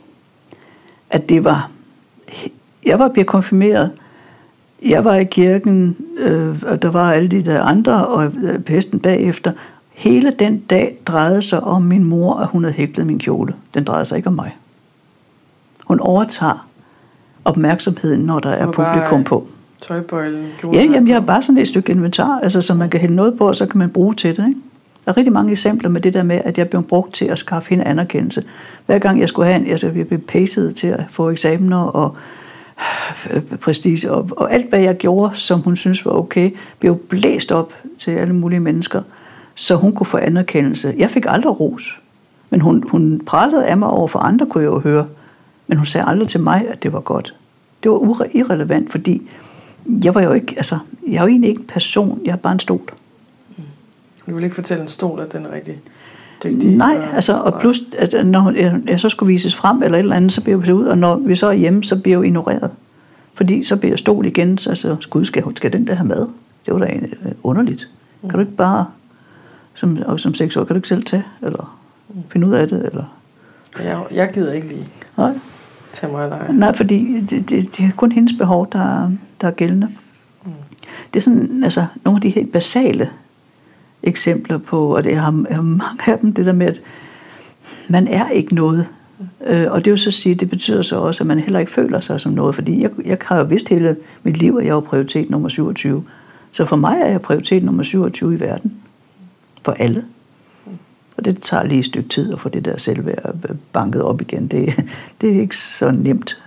at det var, jeg var blevet konfirmeret, jeg var i kirken, øh, og der var alle de der andre, og øh, pesten bagefter. Hele den dag drejede sig om min mor, at hun havde hæklet min kjole. Den drejede sig ikke om mig. Hun overtager opmærksomheden, når der er publikum på. Tøjbøjlen, ja, jamen, jeg har bare sådan et stykke inventar, altså, som man kan hælde noget på, og så kan man bruge til det, ikke? Der er rigtig mange eksempler med det der med, at jeg blev brugt til at skaffe hende anerkendelse. Hver gang jeg skulle have en, altså jeg blev pacet til at få eksamener og øh, prestige, og, og alt hvad jeg gjorde, som hun synes var okay, blev blæst op til alle mulige mennesker, så hun kunne få anerkendelse. Jeg fik aldrig ros, men hun, hun pralede af mig over for andre, kunne jeg jo høre. Men hun sagde aldrig til mig, at det var godt. Det var irrelevant, fordi jeg var jo ikke, altså, jeg er jo egentlig ikke en person, jeg er bare en stol. Mm. Du vil ikke fortælle en stol, at den er rigtig dygtig? Nej, og, altså, og plus, at når jeg, jeg så skulle vises frem eller et eller andet, så bliver jeg ud, og når vi så er hjemme, så bliver jeg ignoreret. Fordi så bliver jeg stol igen, så altså, gud, skal, skal den der have mad? Det var da underligt. Mm. Kan du ikke bare, som, og som seks år, kan du ikke selv tage, eller mm. finde ud af det, eller? Jeg, jeg gider ikke lige. Nej. Tag mig dig. Nej, fordi det, det, det er kun hendes behov, der, der er gældende. Mm. Det er sådan, altså, nogle af de helt basale eksempler på, og det er, jeg har mange af dem, det der med, at man er ikke noget. Mm. Øh, og det vil så sige, det betyder så også, at man heller ikke føler sig som noget, fordi jeg, jeg har jo vidst hele mit liv, at jeg var prioritet nummer syvogtyve. Så for mig er jeg prioritet nummer syvogtyve i verden. For alle. Og det tager lige et stykke tid at få det der selvværd banket op igen. Det, det er ikke så nemt.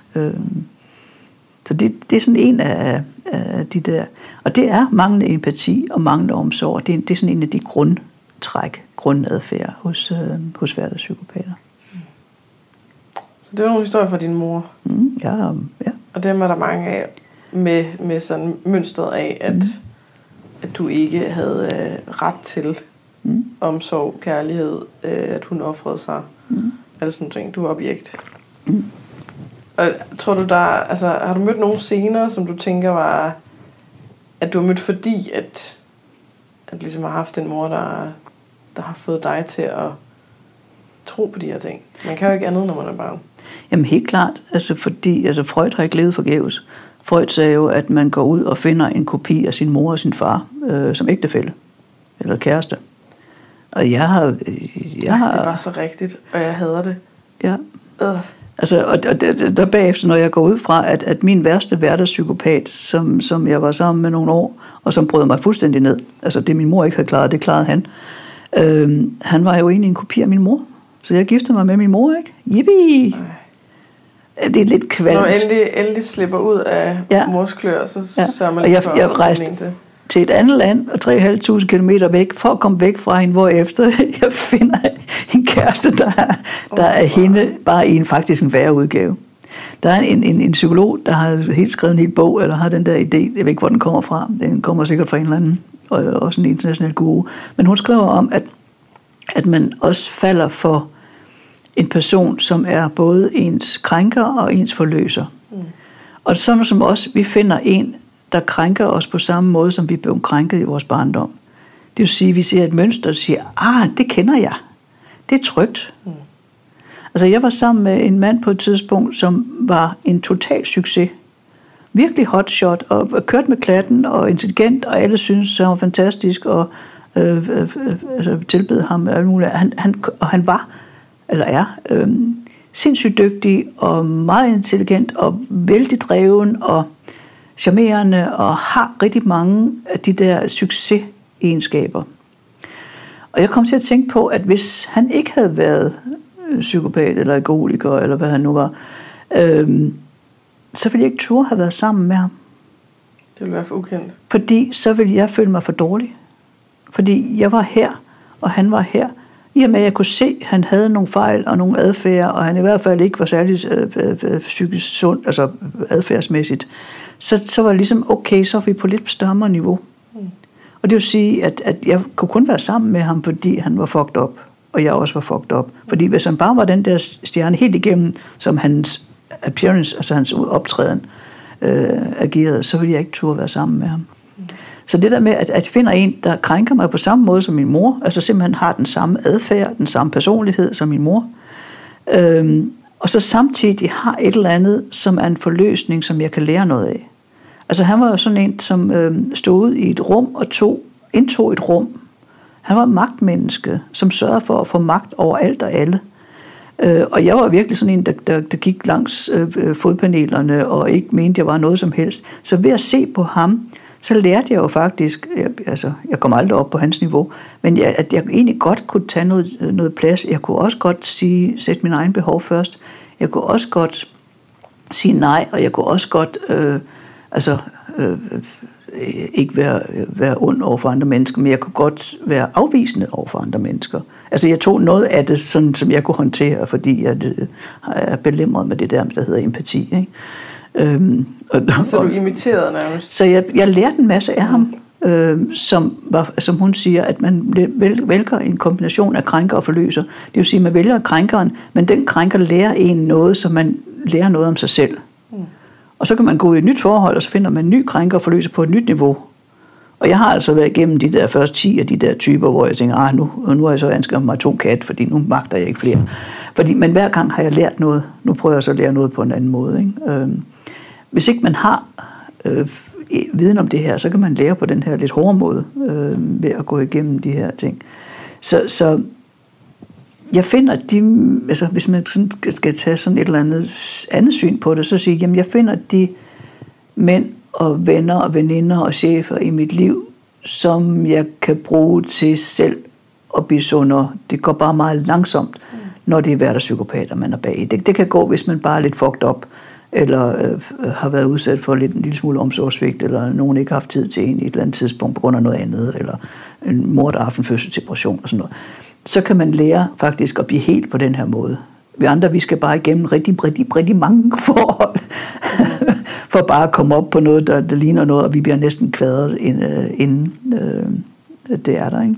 Så det, det er sådan en af, af de der... Og det er manglende empati og manglende omsorg. Det er, det er sådan en af de grundtræk, grundadfærd hos, øh, hos hverdagspsykopater. Så det var nogle historier fra din mor? Mm, ja, ja. Og dem er der mange af med, med sådan mønstret af, at, mm. at du ikke havde øh, ret til... Mm. omsorg, kærlighed, øh, at hun offrede sig, mm. eller sådan ting. Du er objekt. Mm. Og tror du der, altså har du mødt nogle scener, som du tænker var, at du har mødt fordi, at, at du ligesom har haft en mor, der, der har fået dig til at tro på de her ting? Man kan jo ikke andet, når man er barn. Jamen helt klart, altså fordi, altså Freud har ikke levet forgæves. Freud sagde jo, at man går ud og finder en kopi af sin mor og sin far, øh, som ægtefælle, eller kæreste. Og jeg har... Jeg har det var så rigtigt, og jeg hader det. Ja. Øh. Altså, og, og der, der bagefter, når jeg går ud fra, at, at min værste hverdagspsykopat, som, som jeg var sammen med nogle år, og som brød mig fuldstændig ned, altså det min mor ikke havde klaret, det klarede han. Øh, han var jo egentlig en kopi af min mor. Så jeg giftede mig med min mor, ikke? Yippie! Det er lidt kvalmt. Når endelig, endelig slipper ud af ja. mors klør, så ja. sørger man lidt for jeg, jeg rejste til. til et andet land, og tre tusind fem hundrede kilometer væk, for at komme væk fra hende, hvorefter jeg finder en kæreste, der er, der er hende bare i en faktisk en værre udgave. Der er en, en, en psykolog, der har helt skrevet en hel bog, eller har den der idé, jeg ved ikke, hvor den kommer fra, den kommer sikkert fra en eller anden, og også en international guru, men hun skriver om, at, at man også falder for en person, som er både ens krænker og ens forløser. Mm. Og sådan som os, vi finder en, der krænker os på samme måde, som vi blev krænket i vores barndom. Det vil sige, at vi ser et mønster og siger, ah, det kender jeg. Det er trygt. Mm. Altså, jeg var sammen med en mand på et tidspunkt, som var en total succes. Virkelig hotshot, og kørt med klatten, og intelligent, og alle synes han var fantastisk, og øh, øh, altså, tilbed ham og alt muligt. Han, han, og han var, eller er, øh, sindssygt dygtig, og meget intelligent, og vældig dreven, og charmerende, og har rigtig mange af de der succesegenskaber. Og jeg kom til at tænke på, at hvis han ikke havde været psykopat eller alkoholiker, eller hvad han nu var, øhm, så ville jeg ikke turde have været sammen med ham. Det ville være for ukendt. Fordi så ville jeg føle mig for dårlig. Fordi jeg var her, og han var her. I og med, at jeg kunne se, at han havde nogle fejl og nogle adfærd, og han i hvert fald ikke var særlig øh, øh, psykisk sund, altså adfærdsmæssigt, så, så var det ligesom, okay, så var vi på lidt større niveau. Mm. Og det vil sige, at, at jeg kunne kun være sammen med ham, fordi han var fucked up, og jeg også var fucked up. Fordi hvis han bare var den der stjerne helt igennem, som hans appearance, altså hans optræden, øh, agerede, så ville jeg ikke turde være sammen med ham. Mm. Så det der med, at, at jeg finder en, der krænker mig på samme måde som min mor, altså simpelthen har den samme adfærd, den samme personlighed som min mor, øhm, og så samtidig har et eller andet, som er en forløsning, som jeg kan lære noget af. Altså han var jo sådan en, som øhm, stod i et rum og tog, indtog et rum. Han var magtmenneske, som sørgede for at få magt over alt og alle. Øh, og jeg var virkelig sådan en, der, der, der gik langs øh, fodpanelerne og ikke mente, jeg var noget som helst. Så ved at se på ham, så lærte jeg jo faktisk, jeg, altså jeg kom aldrig op på hans niveau, men jeg, at jeg egentlig godt kunne tage noget, noget plads. Jeg kunne også godt sige, sætte min egen behov først. Jeg kunne også godt sige nej, og jeg kunne også godt øh, altså, øh, ikke være, være ond over for andre mennesker, men jeg kunne godt være afvisende over for andre mennesker. Altså jeg tog noget af det, sådan, som jeg kunne håndtere, fordi jeg øh, er belemret med det der, der hedder empati, ikke? Øhm, og, så du imiterede nærmest? Så jeg, jeg lærte en masse af ham, øh, som, var, som hun siger, at man vælger en kombination af krænker og forløser. Det vil sige, at man vælger krænkeren, men den krænker lærer en noget, så man lærer noget om sig selv. Mm. Og så kan man gå i et nyt forhold, og så finder man en ny krænker og forløser på et nyt niveau. Og jeg har altså været igennem de der første ti af de der typer, hvor jeg tænker, ah, nu, nu har jeg så anskaffet mig to kat, fordi nu magter jeg ikke flere. Fordi, men hver gang har jeg lært noget. Nu prøver jeg så at lære noget på en anden måde, ikke? Øhm, Hvis ikke man har øh, viden om det her, så kan man lære på den her lidt hårde måde øh, ved at gå igennem de her ting. Så, så jeg finder, de, altså hvis man sådan skal tage sådan et eller andet andet syn på det, så siger jeg, jamen jeg finder de mænd og venner og veninder og chefer i mit liv, som jeg kan bruge til selv at blive sundere. Det går bare meget langsomt, mm. når det er hverdagspsykopater, man er bag. Det, det kan gå, hvis man bare er lidt fucked up, eller øh, har været udsat for lidt, en lille smule omsorgsvigt, eller nogen ikke har haft tid til en i et eller andet tidspunkt på grund af noget andet, eller en mor, der har haft en fødselsdepression og sådan noget. Så kan man lære faktisk at blive helt på den her måde. Vi andre, vi skal bare igennem rigtig, rigtig, rigtig mange forhold, for bare at komme op på noget, der, der ligner noget, og vi bliver næsten kvadret, inden øh, det er der, ikke?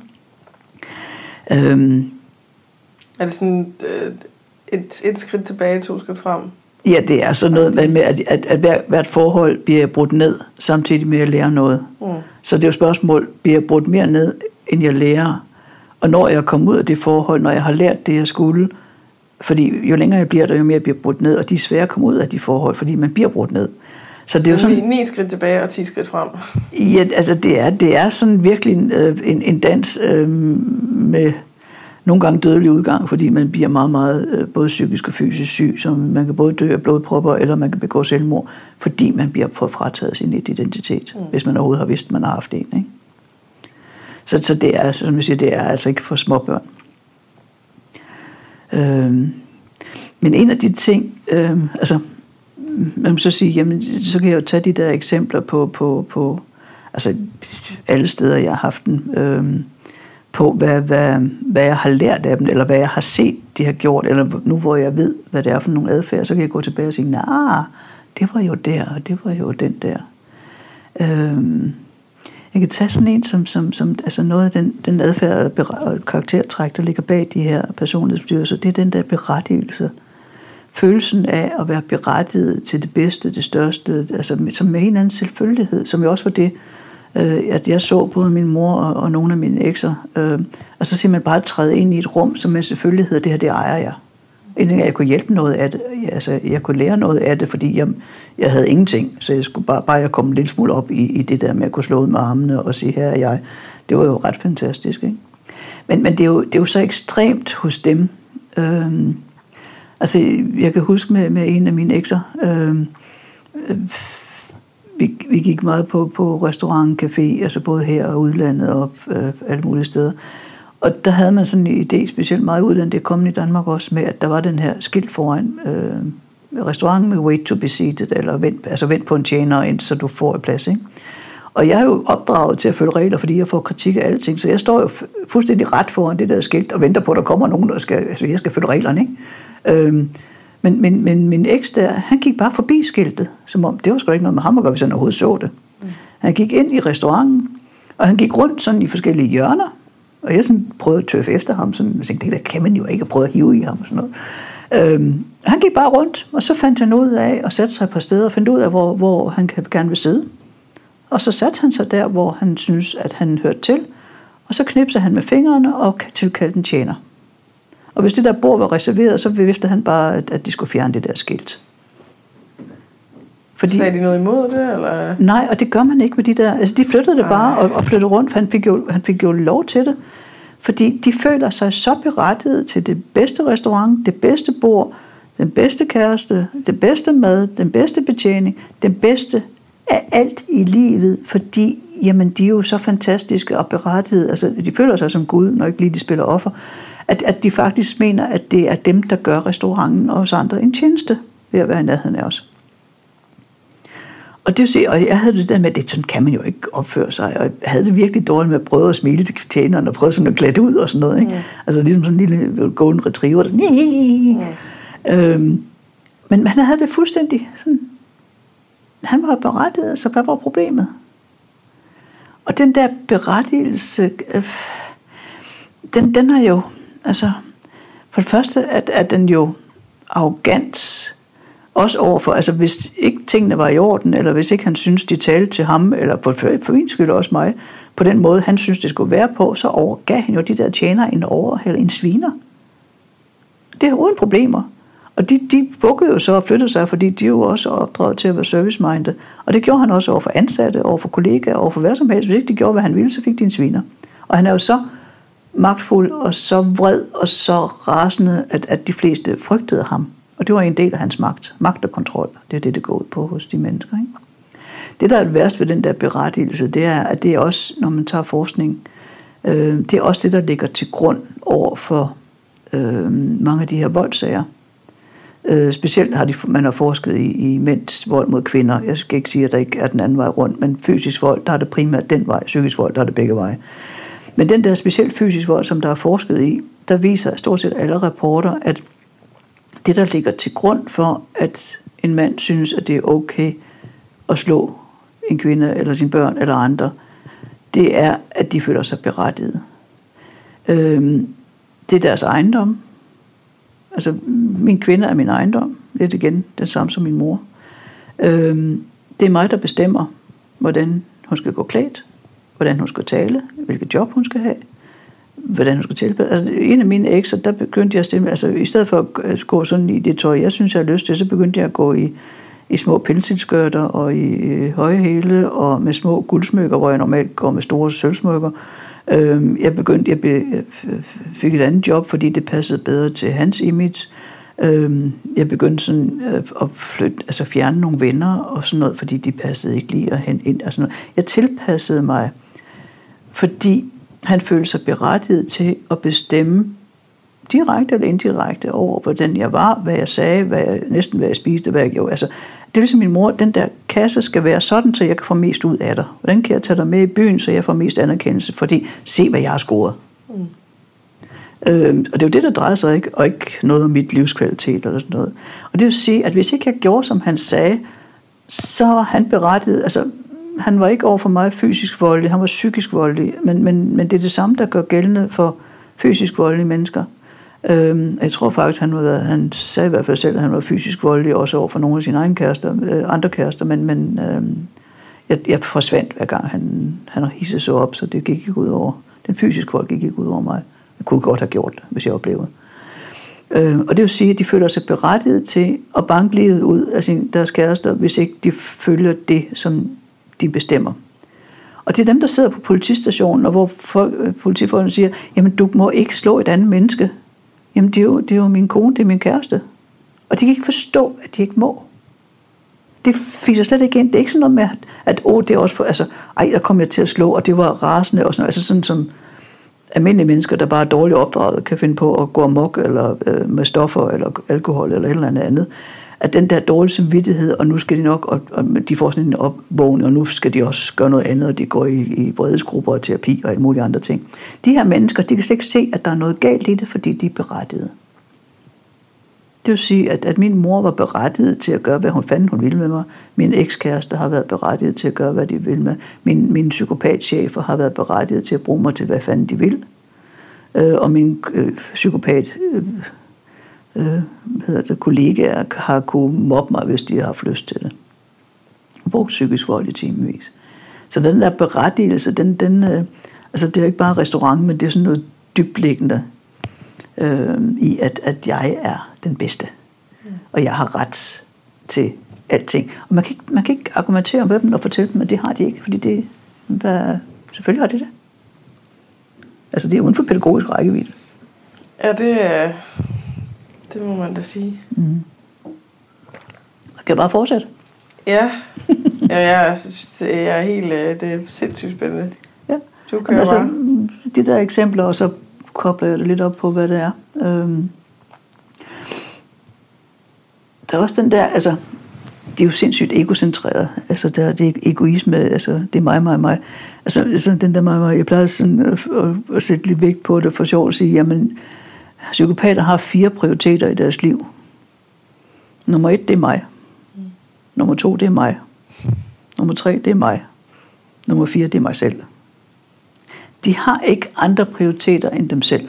Øhm. Er det sådan øh, et, et skridt tilbage, to skridt frem? Ja, det er sådan noget med, at, at, at hvert, hvert forhold bliver brudt ned, samtidig med at lære noget. Mm. Så det er jo spørgsmål, bliver jeg brudt mere ned, end jeg lærer? Og når jeg kommer ud af det forhold, når jeg har lært det, jeg skulle, fordi jo længere jeg bliver der, jo mere bliver brudt ned, og de er svære at komme ud af de forhold, fordi man bliver brudt ned. Så det er jo sådan ni skridt tilbage og ti skridt frem. Ja, altså det er, det er sådan virkelig en, en, en dans øh, med nogle gange dødelig udgang, fordi man bliver meget, meget både psykisk og fysisk syg, så man kan både dø af blodpropper, eller man kan begå selvmord, fordi man bliver frataget sin identitet, mm. hvis man overhovedet har vidst, at man har haft en, ikke? Så, så det er, som jeg siger, det er altså ikke for småbørn. Øhm, men en af de ting, øhm, altså, man må så sige, jamen, så kan jeg jo tage de der eksempler på, på, på altså, alle steder, jeg har haft den, øhm, på, hvad, hvad, hvad jeg har lært af dem, eller hvad jeg har set, de har gjort, eller nu hvor jeg ved, hvad det er for nogle adfærd, så kan jeg gå tilbage og sige, nej, det var jo der, og det var jo den der. Øhm, jeg kan tage sådan en, som, som, som altså noget af den, den adfærd og karaktertræk, der ligger bag de her personlighedsforstyrrelser, det er den der berettigelse. Følelsen af at være berettiget til det bedste, det største, altså som med en eller anden selvfølgelighed, som jo også var det, øh, at jeg så både min mor og, og nogle af mine ekser, øh, og så siger man bare træde ind i et rum, som med selvfølgelighed, det her, det ejer jeg. Inden jeg kunne hjælpe noget af det, altså jeg kunne lære noget af det, fordi jeg, jeg havde ingenting, så jeg skulle bare, bare jeg komme en lille smule op i, i det der med at kunne slå ud med armene og sige, her er jeg. Det var jo ret fantastisk, ikke? Men, men det, er jo, det er jo så ekstremt hos dem. Øh, Altså, jeg kan huske med, med en af mine ekser, øh, øh, vi, vi gik meget på, på restaurant, café, altså både her og udlandet og øh, alle mulige steder. Og der havde man sådan en idé, specielt meget udlandet, det er kommet i Danmark også, med at der var den her skilt foran øh, restaurant med wait to be seated, eller vent, altså vent på en tjener ind, så du får et plads, ikke? Og jeg er jo opdraget til at følge regler, fordi jeg får kritik af alting, så jeg står jo fuldstændig ret foran det der skilt og venter på, at der kommer nogen, der skal, altså jeg skal følge reglerne, ikke? Øhm, men, men, men min eks der, han gik bare forbi skiltet, som om det var sgu ikke noget med ham at gøre, hvis han overhovedet så det. Mm. Han gik ind i restauranten, og han gik rundt sådan i forskellige hjørner, og jeg sådan prøvede at tøffe efter ham, sådan, jeg tænkte, det der kan man jo ikke, og prøve at hive i ham og sådan noget. Øhm, han gik bare rundt, og så fandt han ud af at sætte sig et par steder, og fandt ud af, hvor, hvor han gerne vil sidde. Og så satte han sig der, hvor han synes, at han hørte til, og så knipsede han med fingrene og tilkaldte en tjener. Og hvis det der bord var reserveret, så viftede han bare, at, at de skulle fjerne det der skilt. Fordi, sagde de noget imod det? Eller? Nej, og det gør man ikke med de der. Altså, de flyttede det bare og, og flyttede rundt, for han fik, jo, han fik jo lov til det. Fordi de føler sig så berettiget til det bedste restaurant, det bedste bord, den bedste kæreste, det bedste mad, den bedste betjening, den bedste af alt i livet, fordi jamen, de er jo så fantastiske og berettigede. Altså, de føler sig som Gud, når ikke lige de spiller offer. At, at de faktisk mener, at det er dem, der gør restauranten og os andre en tjeneste ved at være i nærheden af os. Og det vil sige, og jeg havde det der med, at det sådan kan man jo ikke opføre sig, og jeg havde det virkelig dårligt med at prøve at smile til tjeneren og prøve sådan at klæde ud og sådan noget, ikke? Mm. Altså ligesom sådan en lille golden retriever, der sådan, mm. øhm, men han havde det fuldstændig sådan, han var berettiget, så hvad var problemet? Og den der berettigelse, øh, den, den er jo, altså, for det første er, er den jo arrogant, også overfor, altså hvis ikke tingene var i orden, eller hvis ikke han synes, de talte til ham, eller for, for min skyld også mig, på den måde, han synes, det skulle være på, så overgav han jo de der tjenere en over, eller en sviner. Det er uden problemer. Og de, de bukkede jo så og flyttede sig, fordi de jo også opdraget til at være service-minded. Og det gjorde han også over for ansatte, over for kollegaer, over for hvad som helst. Hvis ikke de gjorde, hvad han ville, så fik de en sviner. Og han er jo så magtfuld og så vred og så rasende, at, at de fleste frygtede ham. Og det var en del af hans magt. Magt og kontrol. Det er det, det går ud på hos de mennesker, ikke? Det, der er det værste ved den der berettigelse, det er, at det er også, når man tager forskning, øh, det er også det, der ligger til grund over for øh, mange af de her voldssager. Øh, specielt har de, man har forsket i, i mænds vold mod kvinder. Jeg skal ikke sige, at der ikke er den anden vej rundt, men fysisk vold, der er det primært den vej. Psykisk vold, der er det begge veje. Men den der specielt fysisk vold, som der er forsket i, der viser stort set alle rapporter, at det, der ligger til grund for, at en mand synes, at det er okay at slå en kvinde eller sine børn eller andre, det er, at de føler sig berettiget. Øhm, det er deres ejendom. Altså, min kvinde er min ejendom. Lidt igen den samme som min mor. Øhm, det er mig, der bestemmer, hvordan hun skal gå klædt, hvordan hun skal tale, hvilket job hun skal have, hvordan hun skal tilpasse. Altså, en af mine ekser, der begyndte jeg at stemme, altså i stedet for at gå sådan i det tøj, jeg synes, jeg har lyst til, så begyndte jeg at gå i, i små penselskørter og i øh, høje hæle og med små guldsmykker, hvor jeg normalt går med store sølvsmykker. Øh, jeg begyndte, jeg, be, jeg fik et andet job, fordi det passede bedre til hans image. Øh, jeg begyndte sådan øh, at flytte, altså fjerne nogle venner og sådan noget, fordi de passede ikke lige at hente ind og sådan noget. Jeg tilpassede mig, fordi han følte sig berettiget til at bestemme direkte eller indirekte over, hvordan jeg var, hvad jeg sagde, hvad jeg, næsten hvad jeg spiste, hvad jeg gjorde. Altså, det er ligesom min mor, den der kasse skal være sådan, så jeg kan få mest ud af dig. Hvordan kan jeg tage dig med i byen, så jeg får mest anerkendelse? Fordi, se hvad jeg har scoret. Mm. Øh, og det er jo det, der drejer sig, ikke? Og ikke noget om mit livskvalitet eller sådan noget. Og det vil sige, at hvis ikke jeg gjorde, som han sagde, så var han berettiget, altså han var ikke over for mig fysisk voldelig, han var psykisk voldelig, men, men, men det er det samme, der gør gældende for fysisk voldelige mennesker. Øhm, jeg tror faktisk, han, var, han sagde i hvert fald selv, at han var fysisk voldelig, også over for nogle af sine egne kærester, øh, andre kærester, men, men øh, jeg, jeg forsvandt hver gang, han, han hissede så op, så det gik ikke ud over, den fysiske vold gik ikke ud over mig. Jeg kunne godt have gjort det, hvis jeg oplevede. Øh, og det vil sige, at de føler sig berettiget til at banke livet ud af sin, deres kærester, hvis ikke de følger det, som de bestemmer. Og det er dem, der sidder på politistationen, og hvor folk, politifolkene siger, jamen du må ikke slå et andet menneske. Jamen det er, jo, det er jo min kone, det er min kæreste. Og de kan ikke forstå, at de ikke må. Det fiser slet ikke ind. Det er ikke sådan noget med, at, at åh, det er også for, altså, ej, der kom jeg til at slå, og det var rasende og sådan noget. Altså sådan som almindelige mennesker, der bare er dårligt opdraget, kan finde på at gå amok, eller øh, med stoffer, eller alkohol, eller et eller andet andet. At den der dårlige samvittighed, og nu skal de nok, og, og de får sådan en opvågning, og nu skal de også gøre noget andet, og de går i, i bredesgrupper og terapi og alt mulige andre ting. De her mennesker, de kan slet ikke se, at der er noget galt i det, fordi de er berettigede. Det vil sige, at, at min mor var berettiget til at gøre, hvad hun fandt, hun ville med mig. Min ekskæreste har været berettiget til at gøre, hvad de vil med. Min, mine psykopatchefer har været berettiget til at bruge mig til, hvad fanden de vil. Øh, og min øh, psykopat... Øh, Øh, hvad hedder det, kollegaer har kunne mobbe mig, hvis de har haft lyst til det. Brugt psykisk vold i timevis. Så den der berettigelse, den, den, øh, altså det er ikke bare restaurant, men det er sådan noget dybliggende øh, i, at, at jeg er den bedste. Mm. Og jeg har ret til alting. Og man kan ikke, man kan ikke argumentere med dem og fortælle dem, at det har de ikke, fordi det, hvad, selvfølgelig har de det. Altså det er uden for pædagogisk rækkevidde. Ja, det er... Det må man da sige. Mm. Kan jeg bare fortsætte? Ja, ja jeg, synes, jeg er helt... Det er sindssygt spændende. Ja. Du kører altså, bare. De der eksempler, og så kobler jeg det lidt op på, hvad det er. Øhm. Der er også den der, altså, det er jo sindssygt egocentreret. Altså, der, det er egoisme, altså, det er mig, mig, mig. Altså, altså den der mig, mig, jeg plejer sådan at, at, at sætte lidt vægt på det for sjov at sige, jamen, psykopater har fire prioriteter i deres liv. Nummer et, det er mig. Nummer to, det er mig. Nummer tre, det er mig. Nummer fire, det er mig selv. De har ikke andre prioriteter end dem selv.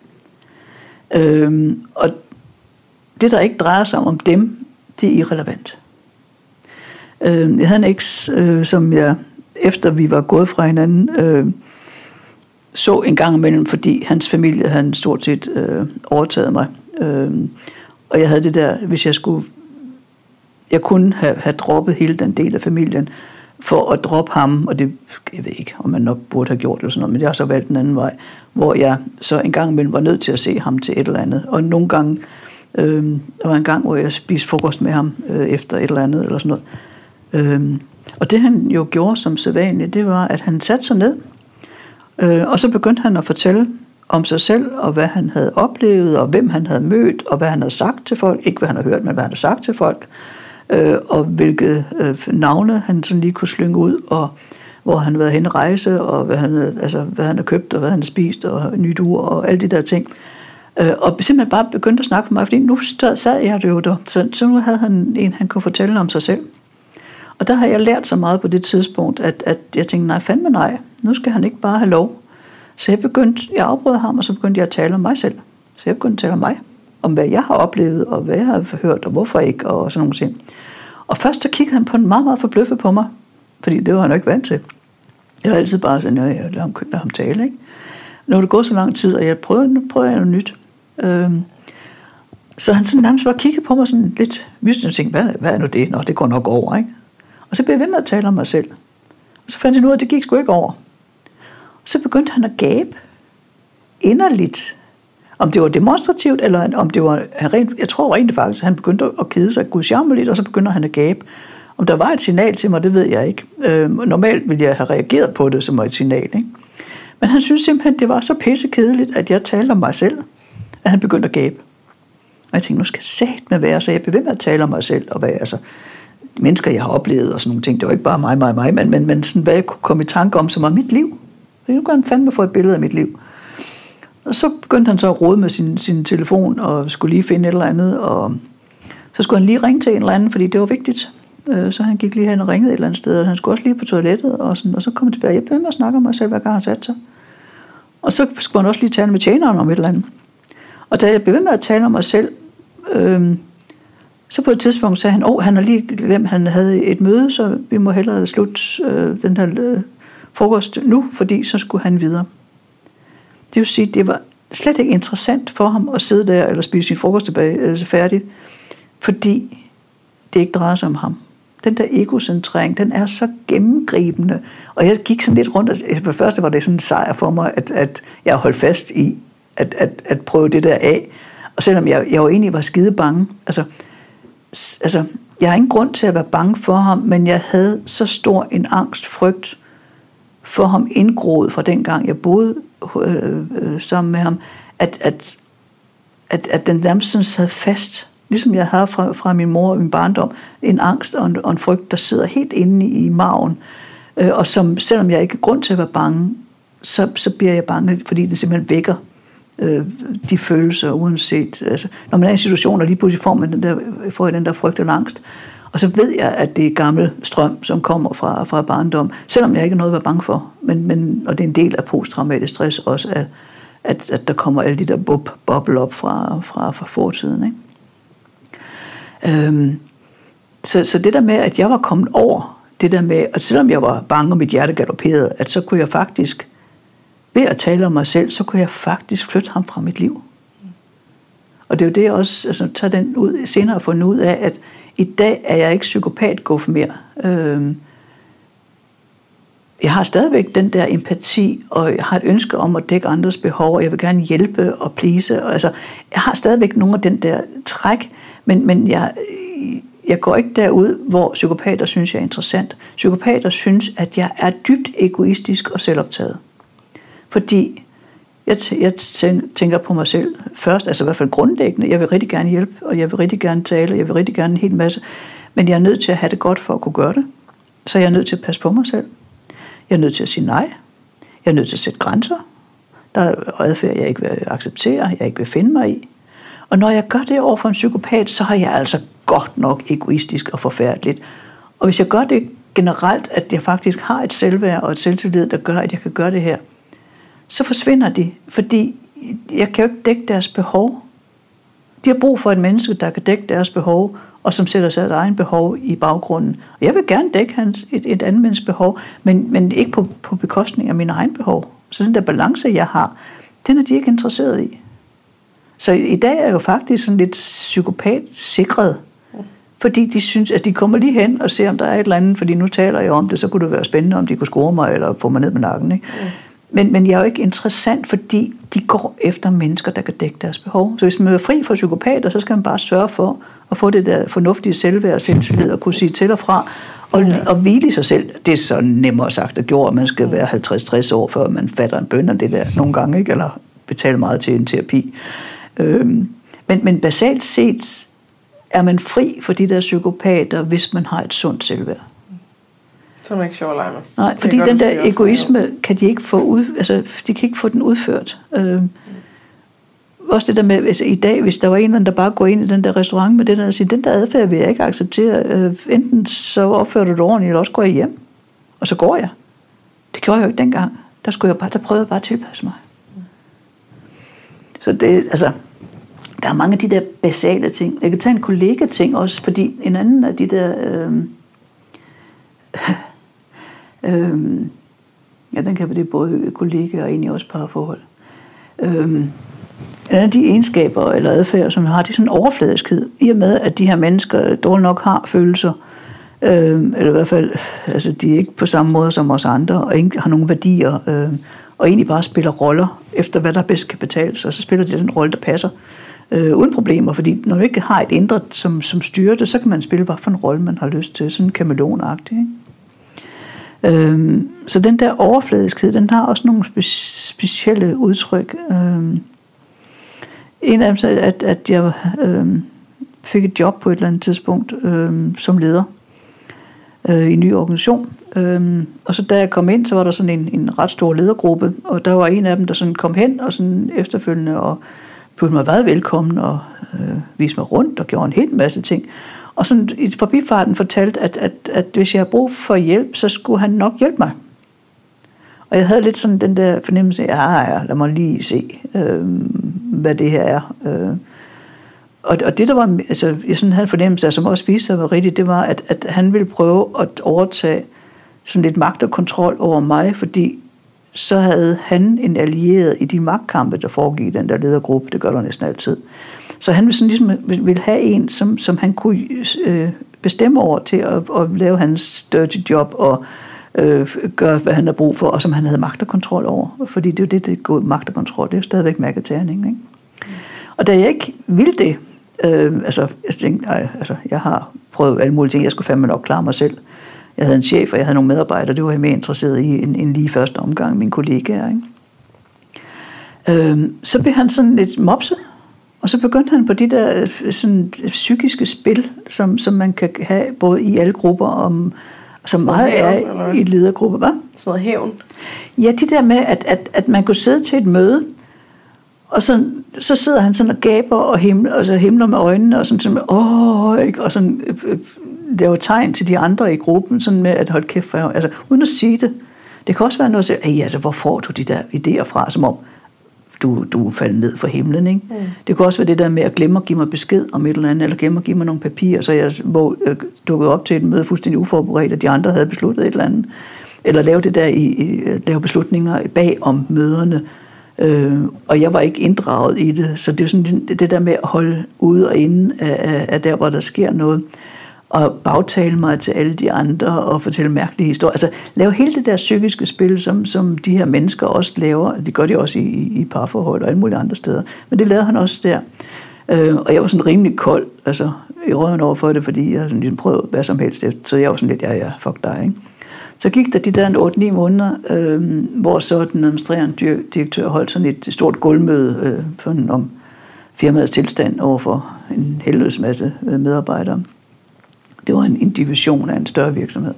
Øhm, og det, der ikke drejer sig om dem, det er irrelevant. Øhm, jeg havde en eks, øh, som jeg, efter vi var gået fra hinanden, øh, så en gang imellem, fordi hans familie havde stort set øh, overtaget mig. Øh, og jeg havde det der, hvis jeg skulle... Jeg kunne have, have droppet hele den del af familien, for at droppe ham, og det, jeg ved ikke, om man nok burde have gjort det, eller sådan noget, men jeg har så valgt den anden vej, hvor jeg så en gang imellem var nødt til at se ham til et eller andet. Og nogle gange, øh, der var en gang, hvor jeg spiste frokost med ham øh, efter et eller andet, eller sådan noget. Øh, og det han jo gjorde som sædvanligt, det var, at han satte sig ned, Øh, og så begyndte han at fortælle om sig selv, og hvad han havde oplevet, og hvem han havde mødt, og hvad han havde sagt til folk. Ikke hvad han havde hørt, men hvad han havde sagt til folk. Øh, og hvilke øh, navne han sådan lige kunne slynge ud, og hvor han havde været hen rejse, og hvad han, havde, altså, hvad han havde købt, og hvad han havde spist, og nyt ur, og alle de der ting. Øh, og simpelthen bare begyndte at snakke for mig, fordi nu sad jeg jo der. Så, så nu havde han en, han kunne fortælle om sig selv. Og der har jeg lært så meget på det tidspunkt, at, at jeg tænkte, nej, fandme nej, nu skal han ikke bare have lov. Så jeg begyndte, jeg afbrød ham, og så begyndte jeg at tale om mig selv. Så jeg begyndte at tale om mig, om hvad jeg har oplevet, og hvad jeg har hørt, og hvorfor ikke, og sådan nogle ting. Og først så kiggede han på en meget, meget forbløffet på mig, fordi det var han jo ikke vant til. Jeg var altid bare sådan, at jeg lader ham, lad ham tale, ikke? Nu er det gået så lang tid, og jeg prøvede, nu prøver jeg noget nyt. Øhm, så han sådan nærmest bare kiggede på mig sådan lidt, og tænkte, hvad, hvad er nu det? Nå, det går nok over, ikke? Og så blev jeg ved med at tale om mig selv. Og så fandt jeg ud af, at det gik sgu ikke over. Og så begyndte han at gabe inderligt. Om det var demonstrativt, eller om det var rent, jeg tror rent faktisk, at han begyndte at kede sig gudsjammerligt, og så begynder han at gabe. Om der var et signal til mig, det ved jeg ikke. Øh, normalt ville jeg have reageret på det som et signal, ikke? Men han synes simpelthen, det var så pissekedeligt, at jeg talte om mig selv, at han begyndte at gabe. Og jeg tænkte, nu skal jeg satme være, så jeg blev ved med at tale om mig selv, og hvad altså... mennesker, jeg har oplevet og sådan nogle ting. Det var ikke bare mig, mig, mig, men, men, men sådan, hvad jeg kunne komme i tanke om, som var mit liv. Så nu kan han fandme få et billede af mit liv. Og så begyndte han så at rode med sin, sin telefon, og skulle lige finde et eller andet, og så skulle han lige ringe til en eller anden, fordi det var vigtigt. Så han gik lige hen og ringede et eller andet sted, og han skulle også lige på toilettet, og, sådan, og så kom han tilbage. Jeg blev med at snakke om mig selv, hver gang han satte sig. Og så skulle han også lige tale med tjeneren om et eller andet. Og da jeg blev ved med at tale om mig selv, øh, så på et tidspunkt sagde han, åh, oh, han har lige glemt, han havde et møde, så vi må hellere slutte øh, den her øh, frokost nu, fordi så skulle han videre. Det vil sige, det var slet ikke interessant for ham at sidde der eller spise sin frokost tilbage, altså færdig, fordi det ikke drejer sig om ham. Den der egocentrering, den er så gennemgribende. Og jeg gik sådan lidt rundt, og for det første var det sådan en sejr for mig, at, at jeg holdt fast i at, at, at prøve det der af. Og selvom jeg, jeg jo egentlig var skide bange, altså, altså, jeg har ingen grund til at være bange for ham, men jeg havde så stor en angst, frygt for ham indgroet fra den gang, jeg boede øh, øh, sammen med ham, at, at, at, at den nærmest sådan sad fast, ligesom jeg havde fra, fra min mor og min barndom, en angst og en, og en frygt, der sidder helt inde i, i maven, øh, og som, selvom jeg ikke har grund til at være bange, så, så bliver jeg bange, fordi det simpelthen vækker øh, de følelser, uanset, altså, når man er i en situation, og lige pludselig får man den der, får jeg den der frygt og angst, og så ved jeg, at det er gammel strøm, som kommer fra, fra barndom, selvom jeg ikke har noget at være bange for, men, men, og det er en del af posttraumatisk stress også, at, at, at der kommer alle de der bob, bobler op fra, fra, fra fortiden, ikke? Øhm, så, så det der med, at jeg var kommet over, det der med, at selvom jeg var bange, og mit hjerte galopperede, at så kunne jeg faktisk, ved at tale om mig selv, så kunne jeg faktisk flytte ham fra mit liv. Og det er jo det, jeg også altså, tager den ud, senere at fundet ud af, at i dag er jeg ikke psykopat-guf mere. Øhm, jeg har stadigvæk den der empati, og jeg har et ønske om at dække andres behov, og jeg vil gerne hjælpe og please. Og, altså, jeg har stadigvæk nogle af den der træk, men, men jeg, jeg går ikke derud, hvor psykopater synes, jeg er interessant. Psykopater synes, at jeg er dybt egoistisk og selvoptaget. Fordi jeg, t- jeg tænker på mig selv først, altså i hvert fald grundlæggende, jeg vil rigtig gerne hjælpe, og jeg vil rigtig gerne tale, og jeg vil rigtig gerne en hel masse, men jeg er nødt til at have det godt for at kunne gøre det. Så jeg er nødt til at passe på mig selv. Jeg er nødt til at sige nej. Jeg er nødt til at sætte grænser. Der er adfærd, jeg ikke vil acceptere, jeg ikke vil finde mig i. Og når jeg gør det over for en psykopat, så har jeg altså godt nok egoistisk og forfærdeligt. Og hvis jeg gør det generelt, at jeg faktisk har et selvværd og et selvtillid, der gør, at jeg kan gøre det her, så forsvinder de, fordi jeg kan jo ikke dække deres behov. De har brug for et menneske, der kan dække deres behov, og som sætter sig et egen behov i baggrunden. Og jeg vil gerne dække hans, et, et andet menneskes behov, men, men ikke på, på bekostning af mine egne behov. Så den der balance, jeg har, den er de ikke interesseret i. Så i dag er jeg jo faktisk sådan lidt psykopat-sikret, fordi de synes, at de kommer lige hen og ser, om der er et eller andet, fordi nu taler jeg om det, så kunne det være spændende, om de kunne score mig eller få mig ned med nakken, ikke? Mm. Men, men jeg er jo ikke interessant, fordi de går efter mennesker, der kan dække deres behov. Så hvis man er fri for psykopater, så skal man bare sørge for at få det der fornuftige selvværd og selvtillid og kunne sige til og fra og, ja. og hvile i sig selv. Det er så nemmere sagt og gjort, at man skal være halvtreds til tres år, før man fatter en bøn om det der nogle gange, ikke? Eller betale meget til en terapi. Øhm, men, men basalt set er man fri for de der psykopater, hvis man har et sundt selvværd. Så er man ikke sjov at lege med. Nej, fordi den der egoisme kan de ikke få ud, altså de kan ikke få den udført. Øh, mm. Også det der med, altså, i dag, hvis der var en eller anden, der bare går ind i den der restaurant med det der, og siger, den der adfærd vil jeg ikke acceptere. Øh, enten så opfører du det ordentligt, eller også går jeg hjem. Og så går jeg. Det gjorde jeg jo ikke dengang. Der, skulle jeg bare, der prøvede jeg bare at tilpasse mig. Mm. Så det, altså, der er mange af de der basale ting. Jeg kan tage en kollega-ting også, fordi en anden af de der... Øh, Øhm, ja, den kan være både kollega og egentlig også parforhold. Øhm, en af de egenskaber eller adfærd, som jeg har, det er sådan en overfladiskhed. I og med, at de her mennesker dårligt nok har følelser, øhm, eller i hvert fald, altså de er ikke på samme måde som os andre, og ikke har nogen værdier, øhm, og egentlig bare spiller roller efter, hvad der bedst kan betales, og så spiller de den rolle, der passer, øh, uden problemer, fordi når du ikke har et indre, som, som styrer det, så kan man spille bare for en rolle, man har lyst til, sådan kameleonagtigt, ikke? Øhm, så den der overfladiskhed, den har også nogle spe- specielle udtryk. Øhm, en af dem er, at, at jeg øhm, fik et job på et eller andet tidspunkt øhm, som leder øh, i en ny organisation, Øhm, og så da jeg kom ind, så var der sådan en, en ret stor ledergruppe, og der var en af dem, der sådan kom hen og sådan efterfølgende og følte mig meget velkommen og øh, viste mig rundt og gjorde en hel masse ting. Og sådan i forbifarten fortalte, at, at, at hvis jeg havde brug for hjælp, så skulle han nok hjælpe mig. Og jeg havde lidt sådan den der fornemmelse, ja, ja, lad mig lige se, øh, hvad det her er. Øh. Og, og det, der var, altså, jeg sådan havde en fornemmelse af, som også viste sig var rigtigt, det var, at, at han ville prøve at overtage sådan lidt magt og kontrol over mig, fordi så havde han en allieret i de magtkampe, der foregik i den der ledergruppe. Det gør der næsten altid. Så han ville sådan ligesom ville have en, som, som han kunne øh, bestemme over til at, at lave hans dirty job og øh, gøre, hvad han har brug for, og som han havde magt og kontrol over. Fordi det er jo det, det går magt og kontrol. Det er jo stadigvæk magtterning, ikke? Mm. Og da jeg ikke ville det, øh, altså jeg tænkte, nej, altså jeg har prøvet alle mulige ting. Jeg skulle fandme nok klare mig selv. Jeg havde en chef, og jeg havde nogle medarbejdere, det var jeg mere interesseret i end, end lige første omgang, mine kollegaer, ikke? Øhm, så blev han sådan lidt mopset, og så begyndte han på de der sådan, psykiske spil, som, som man kan have både i alle grupper, om, som meget er i ledergrupper, hvad? Sådan noget hævn? Ja, de der med, at, at, at man kunne sidde til et møde, og så, så sidder han sådan og gaber og himler, og så himler med øjnene, og sådan, sådan åh, ikke? Og sådan øh, øh, laver tegn til de andre i gruppen, sådan med at holde kæft for, altså uden at sige det. Det kan også være noget at sige, altså hvor får du de der idéer fra, som om du, du falder ned fra himlen, ikke? Mm. Det kunne også være det der med at glemme at give mig besked om et eller andet, eller glemme at give mig nogle papirer, så jeg øh, dukkede op til et møde fuldstændig uforberedt, og de andre havde besluttet et eller andet. Eller lave det der i, i lave beslutninger bag om møderne. Øh, og jeg var ikke inddraget i det, så det er jo sådan det, det der med at holde ude og inde af, af der, hvor der sker noget, og bagtale mig til alle de andre, og fortælle mærkelige historier. Altså lave hele det der psykiske spil, som, som de her mennesker også laver. Det gør de også i, i parforhold og alle mulige andre steder. Men det lavede han også der. Øh, og jeg var sådan rimelig kold, altså i røven over for det, fordi jeg sådan ligesom prøvede hvad som helst. Så jeg var sådan lidt, ja ja, fuck dig, ikke? Så gik der de der otte ni måneder, øh, hvor så den administrerende direktør holdt sådan et stort gulvmøde øh, for en, om firmaets tilstand over for en helvedes masse øh, medarbejdere. Det var en, en division af en større virksomhed.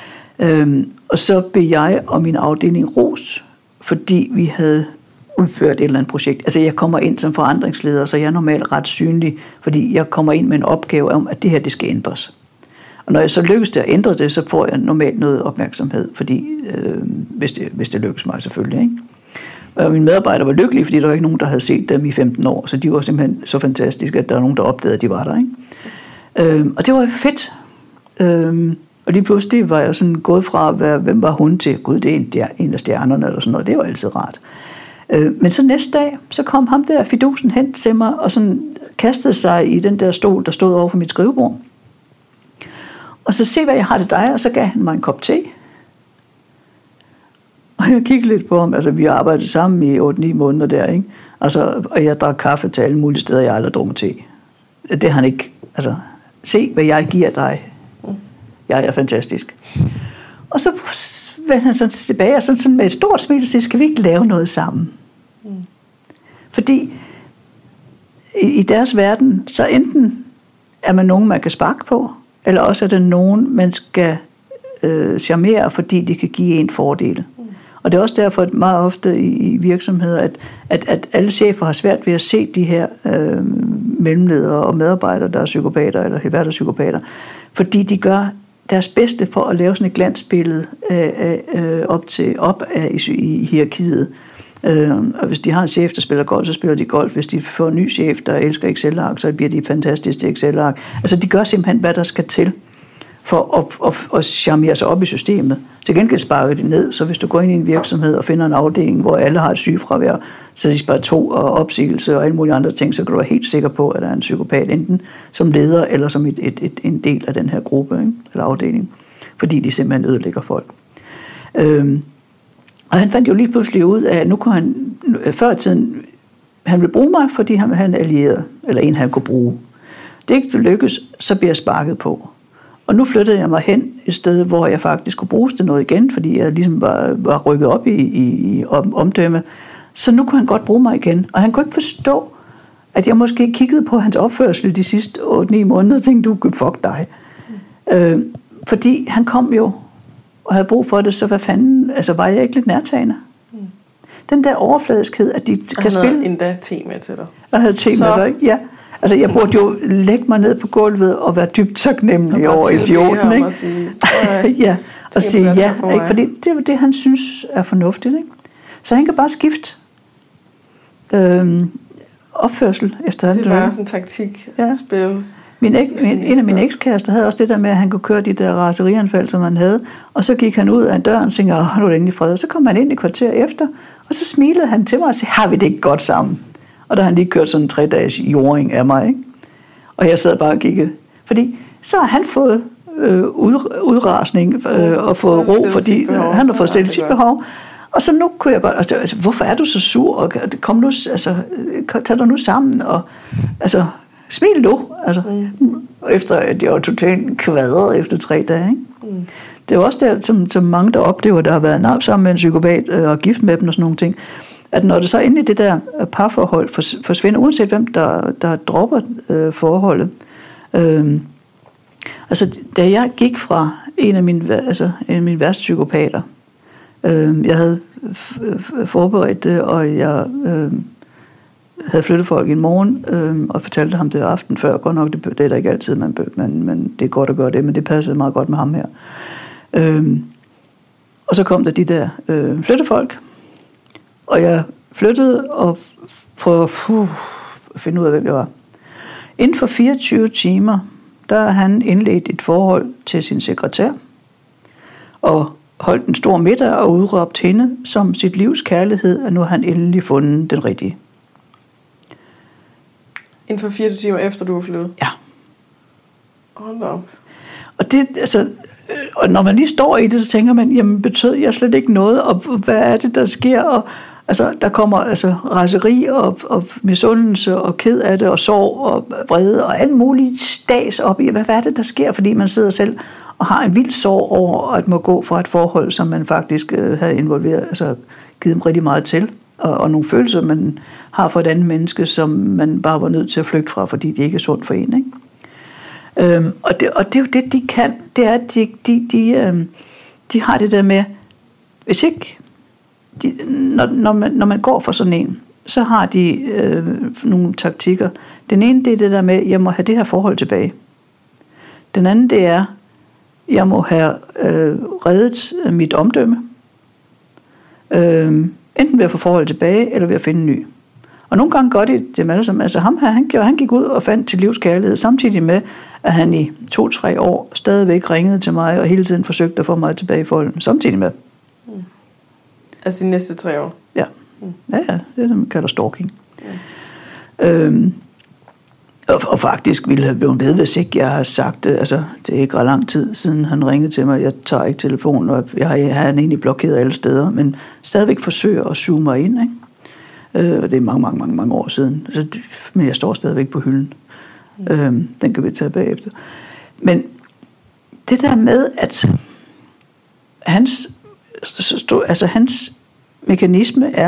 Øh, og så blev jeg og min afdeling ros, fordi vi havde udført et eller andet projekt. Altså jeg kommer ind som forandringsleder, så jeg er normalt ret synlig, fordi jeg kommer ind med en opgave om, at det her det skal ændres. Og når jeg så lykkes det at ændre det, så får jeg normalt noget opmærksomhed, fordi, øh, hvis, det, hvis det lykkes mig selvfølgelig. Ikke? Og mine medarbejdere var lykkelige, fordi der var ikke nogen, der havde set dem i femten år, så de var simpelthen så fantastiske, at der var nogen, der opdagede, at de var der. Ikke? Øh, og det var fedt. Øh, og lige pludselig var jeg sådan gået fra, hvad, hvem var hun til? Gud, det er en, der, en af stjernerne eller sådan noget. Det var altid rart. Øh, men så næste dag, så kom ham der fidusen hen til mig, og sådan kastede sig i den der stol, der stod over for mit skrivebord. Og så se, hvad jeg har til dig, og så gav han mig en kop te. Og jeg kiggede lidt på ham, altså vi arbejdede sammen i otte ni måneder der, ikke? Altså, og jeg drak kaffe til alle mulige steder, jeg aldrig drukket te. Det har han ikke, altså, se, hvad jeg giver dig. Jeg er fantastisk. Og så vendte han sådan tilbage, og sådan, sådan med et stort smil, og siger, skal vi ikke lave noget sammen? Mm. Fordi i, i deres verden, så enten er man nogen, man kan sparke på, eller også er det nogen, man skal øh, charmere, fordi de kan give en fordel. Mm. Og det er også derfor at meget ofte i, i virksomheder, at, at, at alle chefer har svært ved at se de her øh, mellemledere og medarbejdere, der er psykopater, eller hvad der er psykopater, fordi de gør deres bedste for at lave sådan et glansbillede øh, øh, op, til, op af, i, i hierarkiet. Øh, og hvis de har en chef, der spiller golf, så spiller de golf. Hvis de får en ny chef, der elsker Excel-ark, så bliver de fantastisk til Excel-ark. Altså, de gør simpelthen, hvad der skal til for at, at, at charmere sig op i systemet. Til gengæld sparker de ned, så hvis du går ind i en virksomhed og finder en afdeling, hvor alle har et sygefravær, så de sparer to og opsigelse og alle mulige andre ting, så kan du være helt sikker på, at der er en psykopat, enten som leder eller som et, et, et, en del af den her gruppe, ikke? Eller afdeling, fordi de simpelthen ødelægger folk. Øhm, Og han fandt jo lige pludselig ud af, at nu kunne han, før i tiden, han ville bruge mig, fordi han var en allieret, eller en, han kunne bruge. Det ikke lykkes, så bliver jeg sparket på. Og nu flyttede jeg mig hen et sted, hvor jeg faktisk kunne bruges til noget igen, fordi jeg ligesom var, var rykket op i, i, i omdømme. Så nu kunne han godt bruge mig igen. Og han kunne ikke forstå, at jeg måske kiggede på hans opførsel de sidste otte ni måneder og tænkte, du fuck dig. Mm. Øh, fordi han kom jo og havde brug for det, så hvad fanden, altså var jeg ikke lidt nærtagende? Mm. Den der overfladiskhed, at de og kan spille... Og endda te med til dig. Og havde te så... med dig, ja. Altså, jeg burde jo lægge mig ned på gulvet og være dybt taknemmelig over idioten, ikke? Og sige, ja, og sige ja, ikke? Fordi det er det, han synes er fornuftigt, ikke? Så han kan bare skifte øhm, opførsel efter alt det. Det var sådan en taktik ja. Spil. Min ek, min, en af mine ekskærester havde også det der med, at han kunne køre de der raserianfald, som han havde, og så gik han ud af døren og tænkte, åh, nu er det endelig fred. Og så kom han ind i kvarter efter, og så smilede han til mig og sagde, har vi det ikke godt sammen? Og der har han lige kørt sådan en tre dages jording af mig, ikke? Og jeg sad bare og kiggede. Fordi så har han fået øh, ud, udrasning øh, og fået ro, fordi behov, han har fået stillet sit behov. Og så nu kunne jeg godt, altså, altså hvorfor er du så sur? Og kom nu, altså, tag dig nu sammen, og altså, smil nu. Altså, mm. Efter at jeg var totalt kvadret efter tre dage, ikke? Mm. Det er også der, som, som mange der oplever, der har været nær sammen med en psykopat øh, og gift med dem og sådan nogle ting, at når det så endelig det der parforhold forsvinder, uanset hvem der, der dropper øh, forholdet. Øh, altså, da jeg gik fra en af mine, altså, en af mine værste psykopater, øh, jeg havde f- forberedt det, og jeg øh, havde flyttet folk en morgen, øh, og fortalte ham det aften før. Godt nok, det, det er der ikke altid, man, man, man, det er godt at gøre det, men det passede meget godt med ham her. Øh, og så kom der de der øh, flyttefolk, og jeg flyttede og prøvede uh, at finde ud af, hvem jeg var. Inden for fireogtyve timer, der har han indledt et forhold til sin sekretær, og holdt en stor middag og udråbt hende som sit livs kærlighed, og nu har han endelig fundet den rigtige. Inden for fireogtyve timer efter du er flyttet? Ja. Hold da op. Og det, altså, og når man lige står i det, så tænker man, jamen betød jeg slet ikke noget, og hvad er det, der sker? Og altså, der kommer altså raseri og, og misundelse og ked af det og sorg og vrede og alt muligt stas op i, hvad, hvad er det, der sker? Fordi man sidder selv og har en vild sorg over at må gå fra et forhold, som man faktisk øh, havde involveret, altså givet dem rigtig meget til, og, og nogle følelser, man har for et andet menneske, som man bare var nødt til at flygte fra, fordi de ikke er sundt for en, ikke? Øhm, og, det, og det er jo det, de kan, det er, at de, de, de, øhm, de har det der med, hvis ikke, de, når, når, man, når man går for sådan en, så har de øh, nogle taktikker. Den ene, det er det der med, jeg må have det her forhold tilbage. Den anden, det er, jeg må have øh, reddet mit omdømme. Øh, enten ved at få forhold tilbage, eller ved at finde en ny. Og nogle gange gør de det med, som, altså ham her, han, han gik ud og fandt til livskærlighed, samtidig med, at han i to-tre år stadigvæk ringede til mig, og hele tiden forsøgte at få mig tilbage i forholdet, samtidig med. Mm. Altså de næste tre år? Ja. Mm. Ja, ja, det er det, man kalder stalking. Mm. Øhm, og, og faktisk ville have blevet ved, hvis ikke jeg har sagt det, altså det er ikke ret lang tid siden han ringede til mig, jeg tager ikke telefonen, og jeg har, jeg har han egentlig blokeret alle steder, men stadigvæk forsøger at zoome mig ind, ikke? Øh, og det er mange, mange, mange, mange år siden. Så, men jeg står stadigvæk på hylden. Mm. Øhm, den kan vi tage bagefter. Men det der med, at hans, altså hans mekanisme er,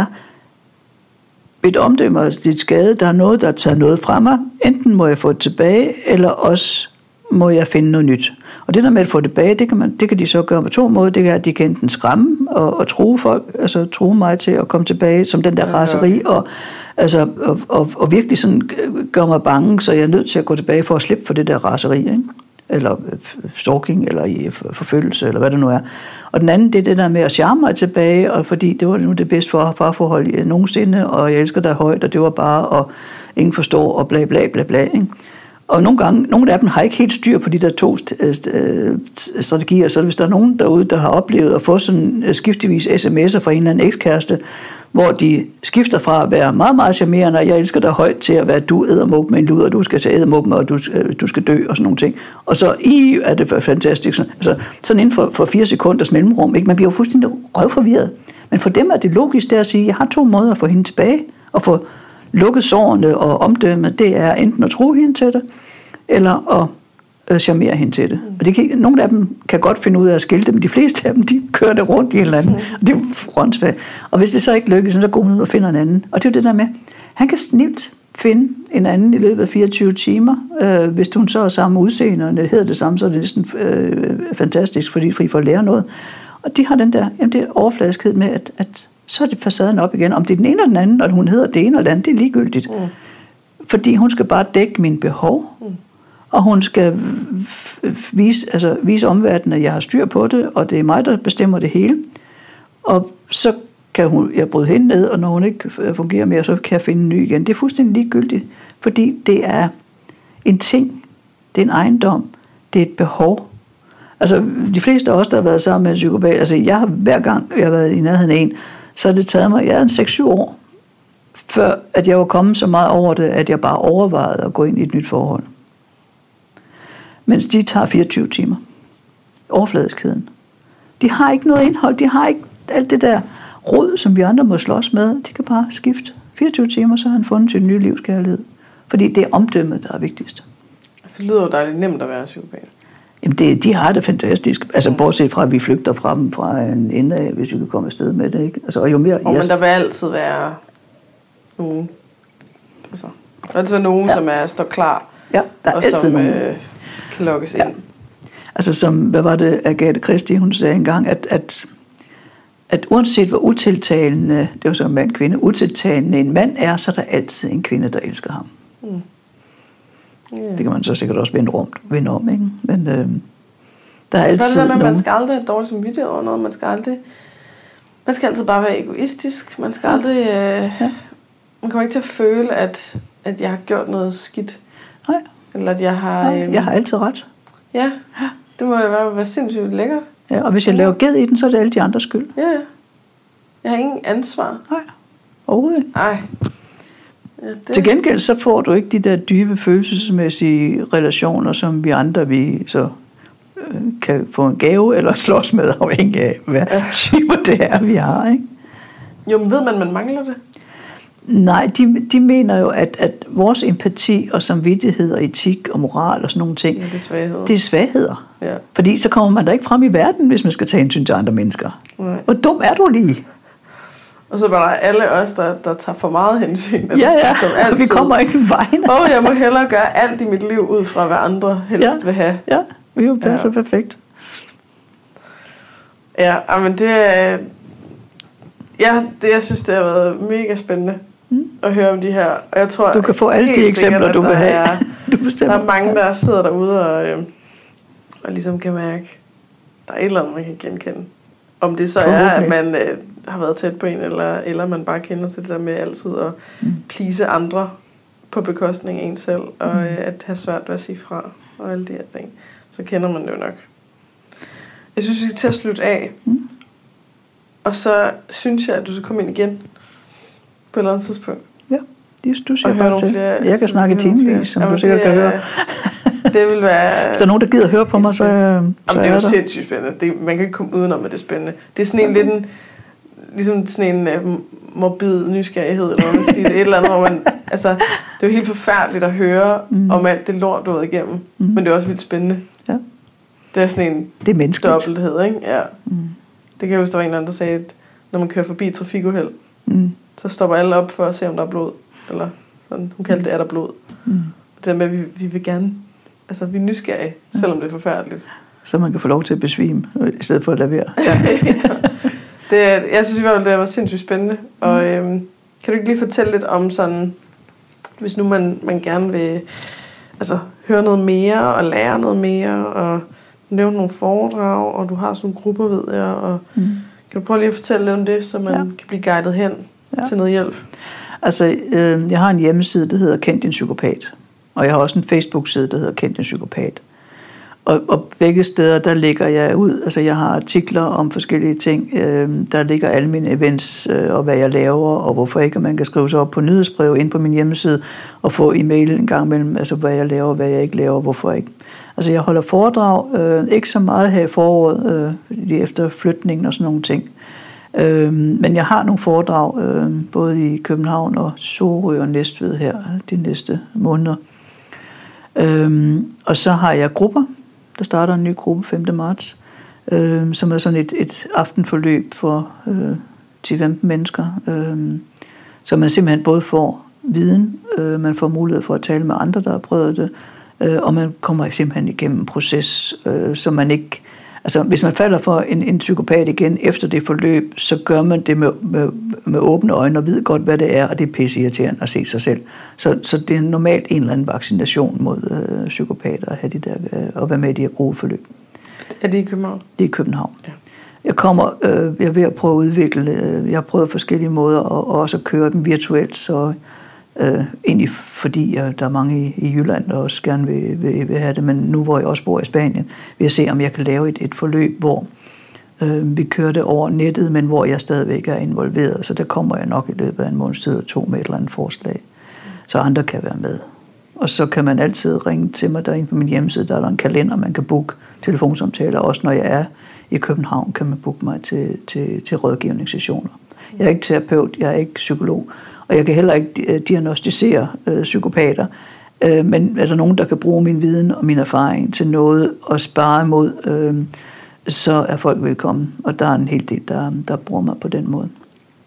mit omdømme og dit skade, der er noget, der tager noget fra mig. Enten må jeg få det tilbage, eller også må jeg finde noget nyt. Og det der med at få det tilbage, det kan, man, det kan de så gøre på to måder. Det kan at de kan enten skræmme og, og true folk, altså true mig til at komme tilbage, som den der raseri, og, altså, og, og, og virkelig sådan gør mig bange, så jeg er nødt til at gå tilbage for at slippe for det der raseri, ikke? Eller stalking, eller i forfølgelse, eller hvad det nu er. Og den anden, det er det der med at charme mig tilbage, og fordi det var nu det bedste for parforhold nogensinde, og jeg elsker dig højt, og det var bare, og ingen forstår, og bla bla bla bla, ikke? Og nogle gange, nogle af dem har ikke helt styr på de der to strategier, så hvis der er nogen derude, der har oplevet at få sådan skiftevis sms'er fra en eller anden ekskæreste, hvor de skifter fra at være meget, meget charmerende, og jeg elsker dig højt, til at være, du eddermåb med en luder, du skal tage eddermåb med, og du, du skal dø, og sådan nogle ting. Og så i er det fantastisk. Altså, sådan inden for, for fire sekunders mellemrum, ikke? Man bliver jo fuldstændig røvforvirret. Men for dem er det logisk der at sige, jeg har to måder at få hende tilbage, og få lukket sårene og omdømmet, det er enten at tro hende til det, eller at øh, charmere hende til det. Og det kan, nogle af dem kan godt finde ud af at skille det, men de fleste af dem, de kører det rundt i en eller anden. Mm. Og det er rådsvagt. Og hvis det så ikke lykkes, så går hun ud og finder en anden. Og det er jo det der med, han kan snilt finde en anden i løbet af fireogtyve timer. Øh, hvis hun så er samme udseende, og det hedder det samme, så er det næsten øh, fantastisk, fordi fri for at lære noget. Og de har den der, jamen det er overfladiskhed med, at, at så er det facaden op igen. Om det er den ene eller den anden, og hun hedder det ene eller det andet, det er ligegyldigt. Mm. Fordi hun skal bare dække mine behov, mm. og hun skal vise, altså, vise omverdenen, at jeg har styr på det, og det er mig, der bestemmer det hele. Og så kan hun, jeg bryde hende ned, og når hun ikke fungerer mere, så kan jeg finde en ny igen. Det er fuldstændig ligegyldigt, fordi det er en ting, det er en ejendom, det er et behov. Altså, de fleste af os, der har været sammen med en psykopat, altså jeg har hver gang, jeg har været i nærheden af en, så har det taget mig, jeg er en seks syv år, før at jeg var kommet så meget over det, at jeg bare overvejede at gå ind i et nyt forhold. Mens de tager fireogtyve timer. Overfladiskheden. De har ikke noget indhold, de har ikke alt det der rod, som vi andre må slås med. De kan bare skifte. fireogtyve timer, så har han fundet sin nye livskærlighed. Fordi det er omdømmet, der er vigtigst. Altså, det lyder jo dejligt nemt at være psykopat. Jamen, det, de har det fantastisk. Altså, bortset fra, at vi flygter fra dem fra en ende af, hvis vi kan komme afsted med det, ikke? Altså, og jo mere... Og, men der vil altid være nogen. Altså, der vil altid være nogen, ja. som er, står klar. Ja, der er og altid som nogen. Øh, kan lukkes ja. ind. Altså, som, hvad var det, Agathe Christie, hun sagde engang, at, at, at uanset hvor utiltalende, det var så en mand, kvinde, utiltalende en mand er, så er der altid en kvinde, der elsker ham. Mm. Yeah. Det kan man så sikkert også vende om, vende om ikke? Men øh, der er altid det der med, nogen... man skal aldrig have dårligt samvittighed over noget, man skal aldrig... Man skal altid bare være egoistisk, man skal aldrig... Øh, ja. Man kommer ikke til at føle, at, at jeg har gjort noget skidt. Nej. Eller at jeg har... Øh, jeg har altid ret. Ja, det må da være, være sindssygt lækkert. Ja, og hvis jeg laver ged i den, så er det alle de andres skyld. Ja, ja. Jeg har ingen ansvar. Nej, overhovedet ikke. Nej. Ja, det... Til gengæld så får du ikke de der dybe følelsesmæssige relationer, som vi andre vi så øh, kan få en gave eller slås med, afhængig af hvad ja. typer det er, vi har, ikke? Jo, men ved man, man mangler det? Nej, de, de mener jo, at, at vores empati og samvittighed og etik og moral og sådan nogle ting, ja, det er svagheder. Det er svagheder. Ja. Fordi så kommer man da ikke frem i verden, hvis man skal tage hensyn til andre mennesker. Nej. Hvor dum er du lige? Og så var der alle os, der, der tager for meget hensyn. Ja, ja, som altid. Vi kommer ikke vejen. Åh, oh, jeg må hellere gøre alt i mit liv ud fra, hvad andre helst ja. vil have. Ja, vi er jo ja. så perfekt. Ja, men det er... Ja, det, jeg synes, det har været mega spændende mm. at høre om de her. Og jeg tror, du kan få alle de eksempler, sikkert, du vil have. Er, du der er mange, der sidder derude og, øh, og ligesom kan mærke, der er et eller andet, man kan genkende. Om det så er, at man øh, har været tæt på en, eller, eller man bare kender til det der med altid at mm. please andre på bekostning af en selv, og mm. øh, at have svært ved at sige fra, og alle de her ting. Så kender man det jo nok. Jeg synes, vi skal til at slutte af. Mm. Og så synes jeg, at du skal komme ind igen på et eller andet tidspunkt. Ja, det du siger bare til. Flere, jeg kan snakke i timevis, som du sikkert kan høre. Det vil være... Hvis der er nogen, der gider at høre på mig, så, så Jamen, det er jo der. sindssygt spændende. Det, man kan ikke komme udenom, at det er spændende. Det er sådan en lidt en, ligesom sådan en uh, morbid nysgerrighed, eller man siger, et eller andet, hvor man... Altså, det er jo helt forfærdeligt at høre mm. om alt det lort, du har været igennem. Mm. Men det er også vildt spændende. Ja. Det er sådan en det er dobbelthed, ikke? Ja. Mm. Det kan jeg huske, der var en eller anden, der sagde, at når man kører forbi et trafikuheld, mm. så stopper alle op for at se, om der er blod. Eller sådan. Hun kaldte det, er der blod. Mm. Det der med, at vi, vi vil gerne... Altså, vi er nysgerrige, selvom det er forfærdeligt. Så man kan få lov til at besvime, i stedet for at lade være. Ja. det, jeg synes i hvert fald, det var sindssygt spændende. Og øhm, kan du ikke lige fortælle lidt om sådan, hvis nu man, man gerne vil altså, høre noget mere, og lære noget mere, og nævne nogle foredrag, og du har sådan nogle grupper, ved jeg, og mm. kan du prøve lige at fortælle lidt om det, så man ja. kan blive guidet hen ja. til noget hjælp? Altså, øh, jeg har en hjemmeside, der hedder Kend din psykopat. Og jeg har også en Facebook-side, der hedder Kend din psykopat. Og, og begge steder, der lægger jeg ud, altså jeg har artikler om forskellige ting. Øh, der ligger alle mine events, øh, og hvad jeg laver, og hvorfor ikke, og man kan skrive sig op på nyhedsbrev ind på min hjemmeside, og få e-mail en gang imellem, altså hvad jeg laver, hvad jeg ikke laver, hvorfor ikke. Altså jeg holder foredrag, øh, ikke så meget her i foråret, øh, lige efter flytningen og sådan nogle ting. Øh, men jeg har nogle foredrag, øh, både i København og Sorø og Næstved her, de næste måneder. Øhm, og så har jeg grupper. Der starter en ny gruppe femte marts, øhm, som er sådan et, et aftenforløb for øh, ti til femten mennesker, øhm, så man simpelthen både får viden, øh, man får mulighed for at tale med andre, der har prøvet det, øh, og man kommer simpelthen igennem en proces, øh, så man ikke, Altså, hvis man falder for en, en psykopat igen efter det forløb, så gør man det med, med, med åbne øjne og ved godt, hvad det er, og det er pisseirriterende at se sig selv. Så, så det er normalt en eller anden vaccination mod øh, psykopater at have de der, øh, og være med i de her gruppeforløb. Er det i København? Det er i København. Ja. Jeg kommer, øh, jeg er ved at prøve at udvikle, øh, jeg har prøvet forskellige måder, og, og også at køre dem virtuelt, så øh, egentlig fordi jeg, der er mange i, i Jylland, der også gerne vil, vil, vil have det, men nu hvor jeg også bor i Spanien, vil jeg se, om jeg kan lave et, et forløb, hvor øh, vi kører det over nettet, men hvor jeg stadigvæk er involveret, så der kommer jeg nok i løbet af en måneds tid og to med et eller andet forslag, så andre kan være med. Og så kan man altid ringe til mig derinde på min hjemmeside, der er der en kalender, man kan booke telefonsamtaler, også når jeg er i København, kan man booke mig til, til, til rådgivningssessioner. Jeg er ikke terapeut, jeg er ikke psykolog, og jeg kan heller ikke diagnostisere øh, psykopater, øh, men er der nogen, der kan bruge min viden og min erfaring til noget og spare imod, øh, så er folk velkommen, og der er en hel del, der, der bruger mig på den måde.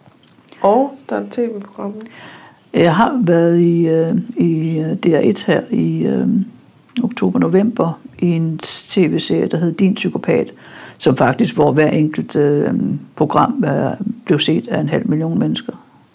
Og der er et tv-program. Jeg har været i, øh, i D R et her i øh, oktober-november i en tv-serie, der hedder Din Psykopat, som faktisk, hvor hver enkelt øh, program er, blev set af en halv million mennesker.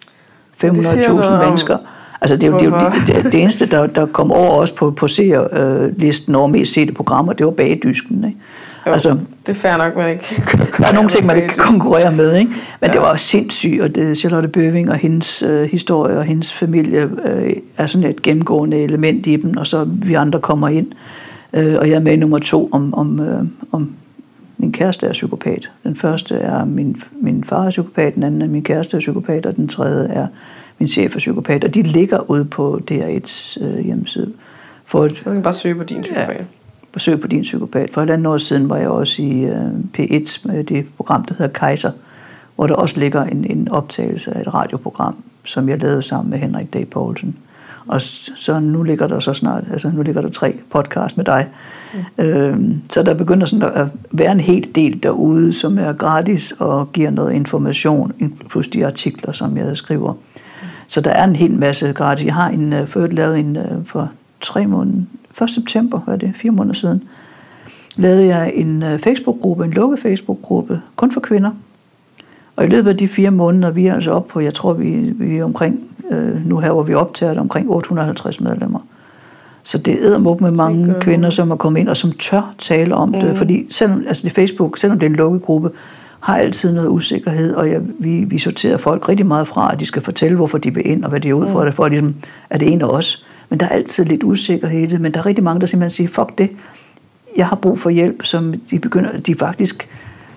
fem hundrede tusind mennesker. Altså det er jo det, er jo det, det, det eneste, der, der kom over os på, på seerlisten over mest sete programmer, det var Bagedysken, ikke? Jo, altså, det er fair nok, man ikke der er nogle ting, man ikke konkurrerer med, ikke? Men ja. Det var også sindssygt, og det, Charlotte Bøving og hendes øh, historie og hendes familie øh, er sådan et gennemgående element i dem, og så vi andre kommer ind. Øh, og jeg er med i nummer to om, om, øh, om min kæreste er psykopat. Den første er min, min far er psykopat, den anden er min kæreste er psykopat, og den tredje er min chef er psykopat. Og de ligger ude på D R et's øh, hjemmeside. For så kan bare søge på Din Psykopat. Ja. Forsøg på Din Psykopat. For et andet år siden var jeg også i øh, P et med det program, der hedder Kaiser, hvor der også ligger en, en optagelse af et radioprogram, som jeg lavede sammen med Henrik D. Poulsen. Og så nu ligger der så snart, altså nu ligger der tre podcast med dig. Mm. Øhm, så der begynder sådan at være en hel del derude, som er gratis og giver noget information, plus de artikler, som jeg skriver. Mm. Så der er en hel masse gratis. Jeg har en, uh, før lavet en uh, for tre måneder, første september, hvad er det, fire måneder siden, lavede jeg en uh, Facebook-gruppe, en lukket Facebook-gruppe, kun for kvinder. Og i løbet af de fire måneder, vi er altså oppe på, jeg tror, vi, vi er omkring, øh, nu her, hvor vi optager det, omkring otte hundrede og halvtreds medlemmer. Så det er eddermup med mange okay. kvinder, som er kommet ind, og som tør tale om mm. det. Fordi selvom, altså det Facebook, selvom det er en lukket gruppe, har altid noget usikkerhed, og jeg, vi, vi sorterer folk rigtig meget fra, at de skal fortælle, hvorfor de vil ind, og hvad de er ude for, mm. det, for at ligesom, er det en af os. Men der er altid lidt usikkerhed i det, men der er rigtig mange, der simpelthen siger, fuck det, jeg har brug for hjælp, som de begynder, de faktisk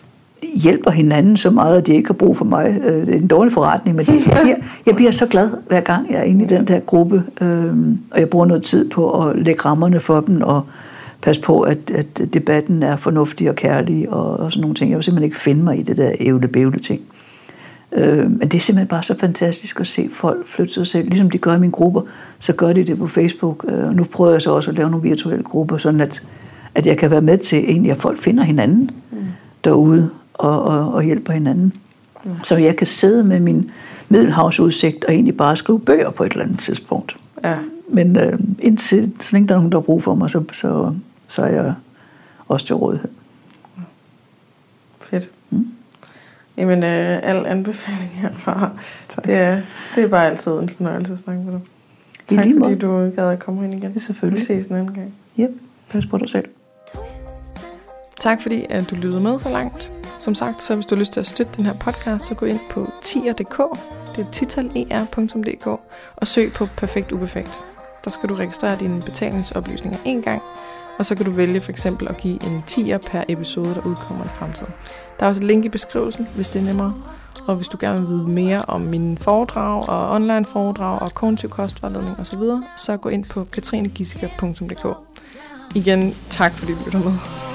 hjælper hinanden så meget, at de ikke har brug for mig. Det er en dårlig forretning, men jeg bliver, jeg bliver så glad, hver gang jeg er inde i den der gruppe, og jeg bruger noget tid på at lægge rammerne for dem, og passe på, at, at debatten er fornuftig og kærlig, og, og sådan nogle ting. Jeg vil simpelthen ikke finde mig i det der ævle-bævle ting. Men det er simpelthen bare så fantastisk at se folk flytte sig selv. Ligesom de gør i mine grupper, så gør de det på Facebook. Og nu prøver jeg så også at lave nogle virtuelle grupper, sådan at, at jeg kan være med til egentlig, at folk finder hinanden mm. derude, Og, og, og hjælper hinanden. Ja. Så jeg kan sidde med min middelhavsudsigt og egentlig bare skrive bøger på et eller andet tidspunkt. Ja. Men øh, indtil så længe der er nogen, der har brug for mig, så, så, så er jeg også til rådighed. Ja. Fedt. Mm. Jamen, øh, al anbefaling herfra. Det er, det er bare altid en fornøjelse at snakke med dig. Tak fordi måde. Du gad at komme ind igen. Det er selvfølgelig. Vi ses en anden gang. Yep. Pas på dig selv. Tak fordi at du lyttede med så langt. Som sagt, så hvis du har lyst til at støtte den her podcast, så gå ind på tier punktum d k, det er titaler punktum d k, og søg på Perfekt Uperfekt. Der skal du registrere dine betalingsoplysninger en gang, og så kan du vælge for eksempel at give en tier per episode, der udkommer i fremtiden. Der er også et link i beskrivelsen, hvis det er nemmere. Og hvis du gerne vil vide mere om mine foredrag og online foredrag og kognitiv kostvejledning osv., så gå ind på katrinegissiker punktum d k. Igen, tak fordi du lytter med.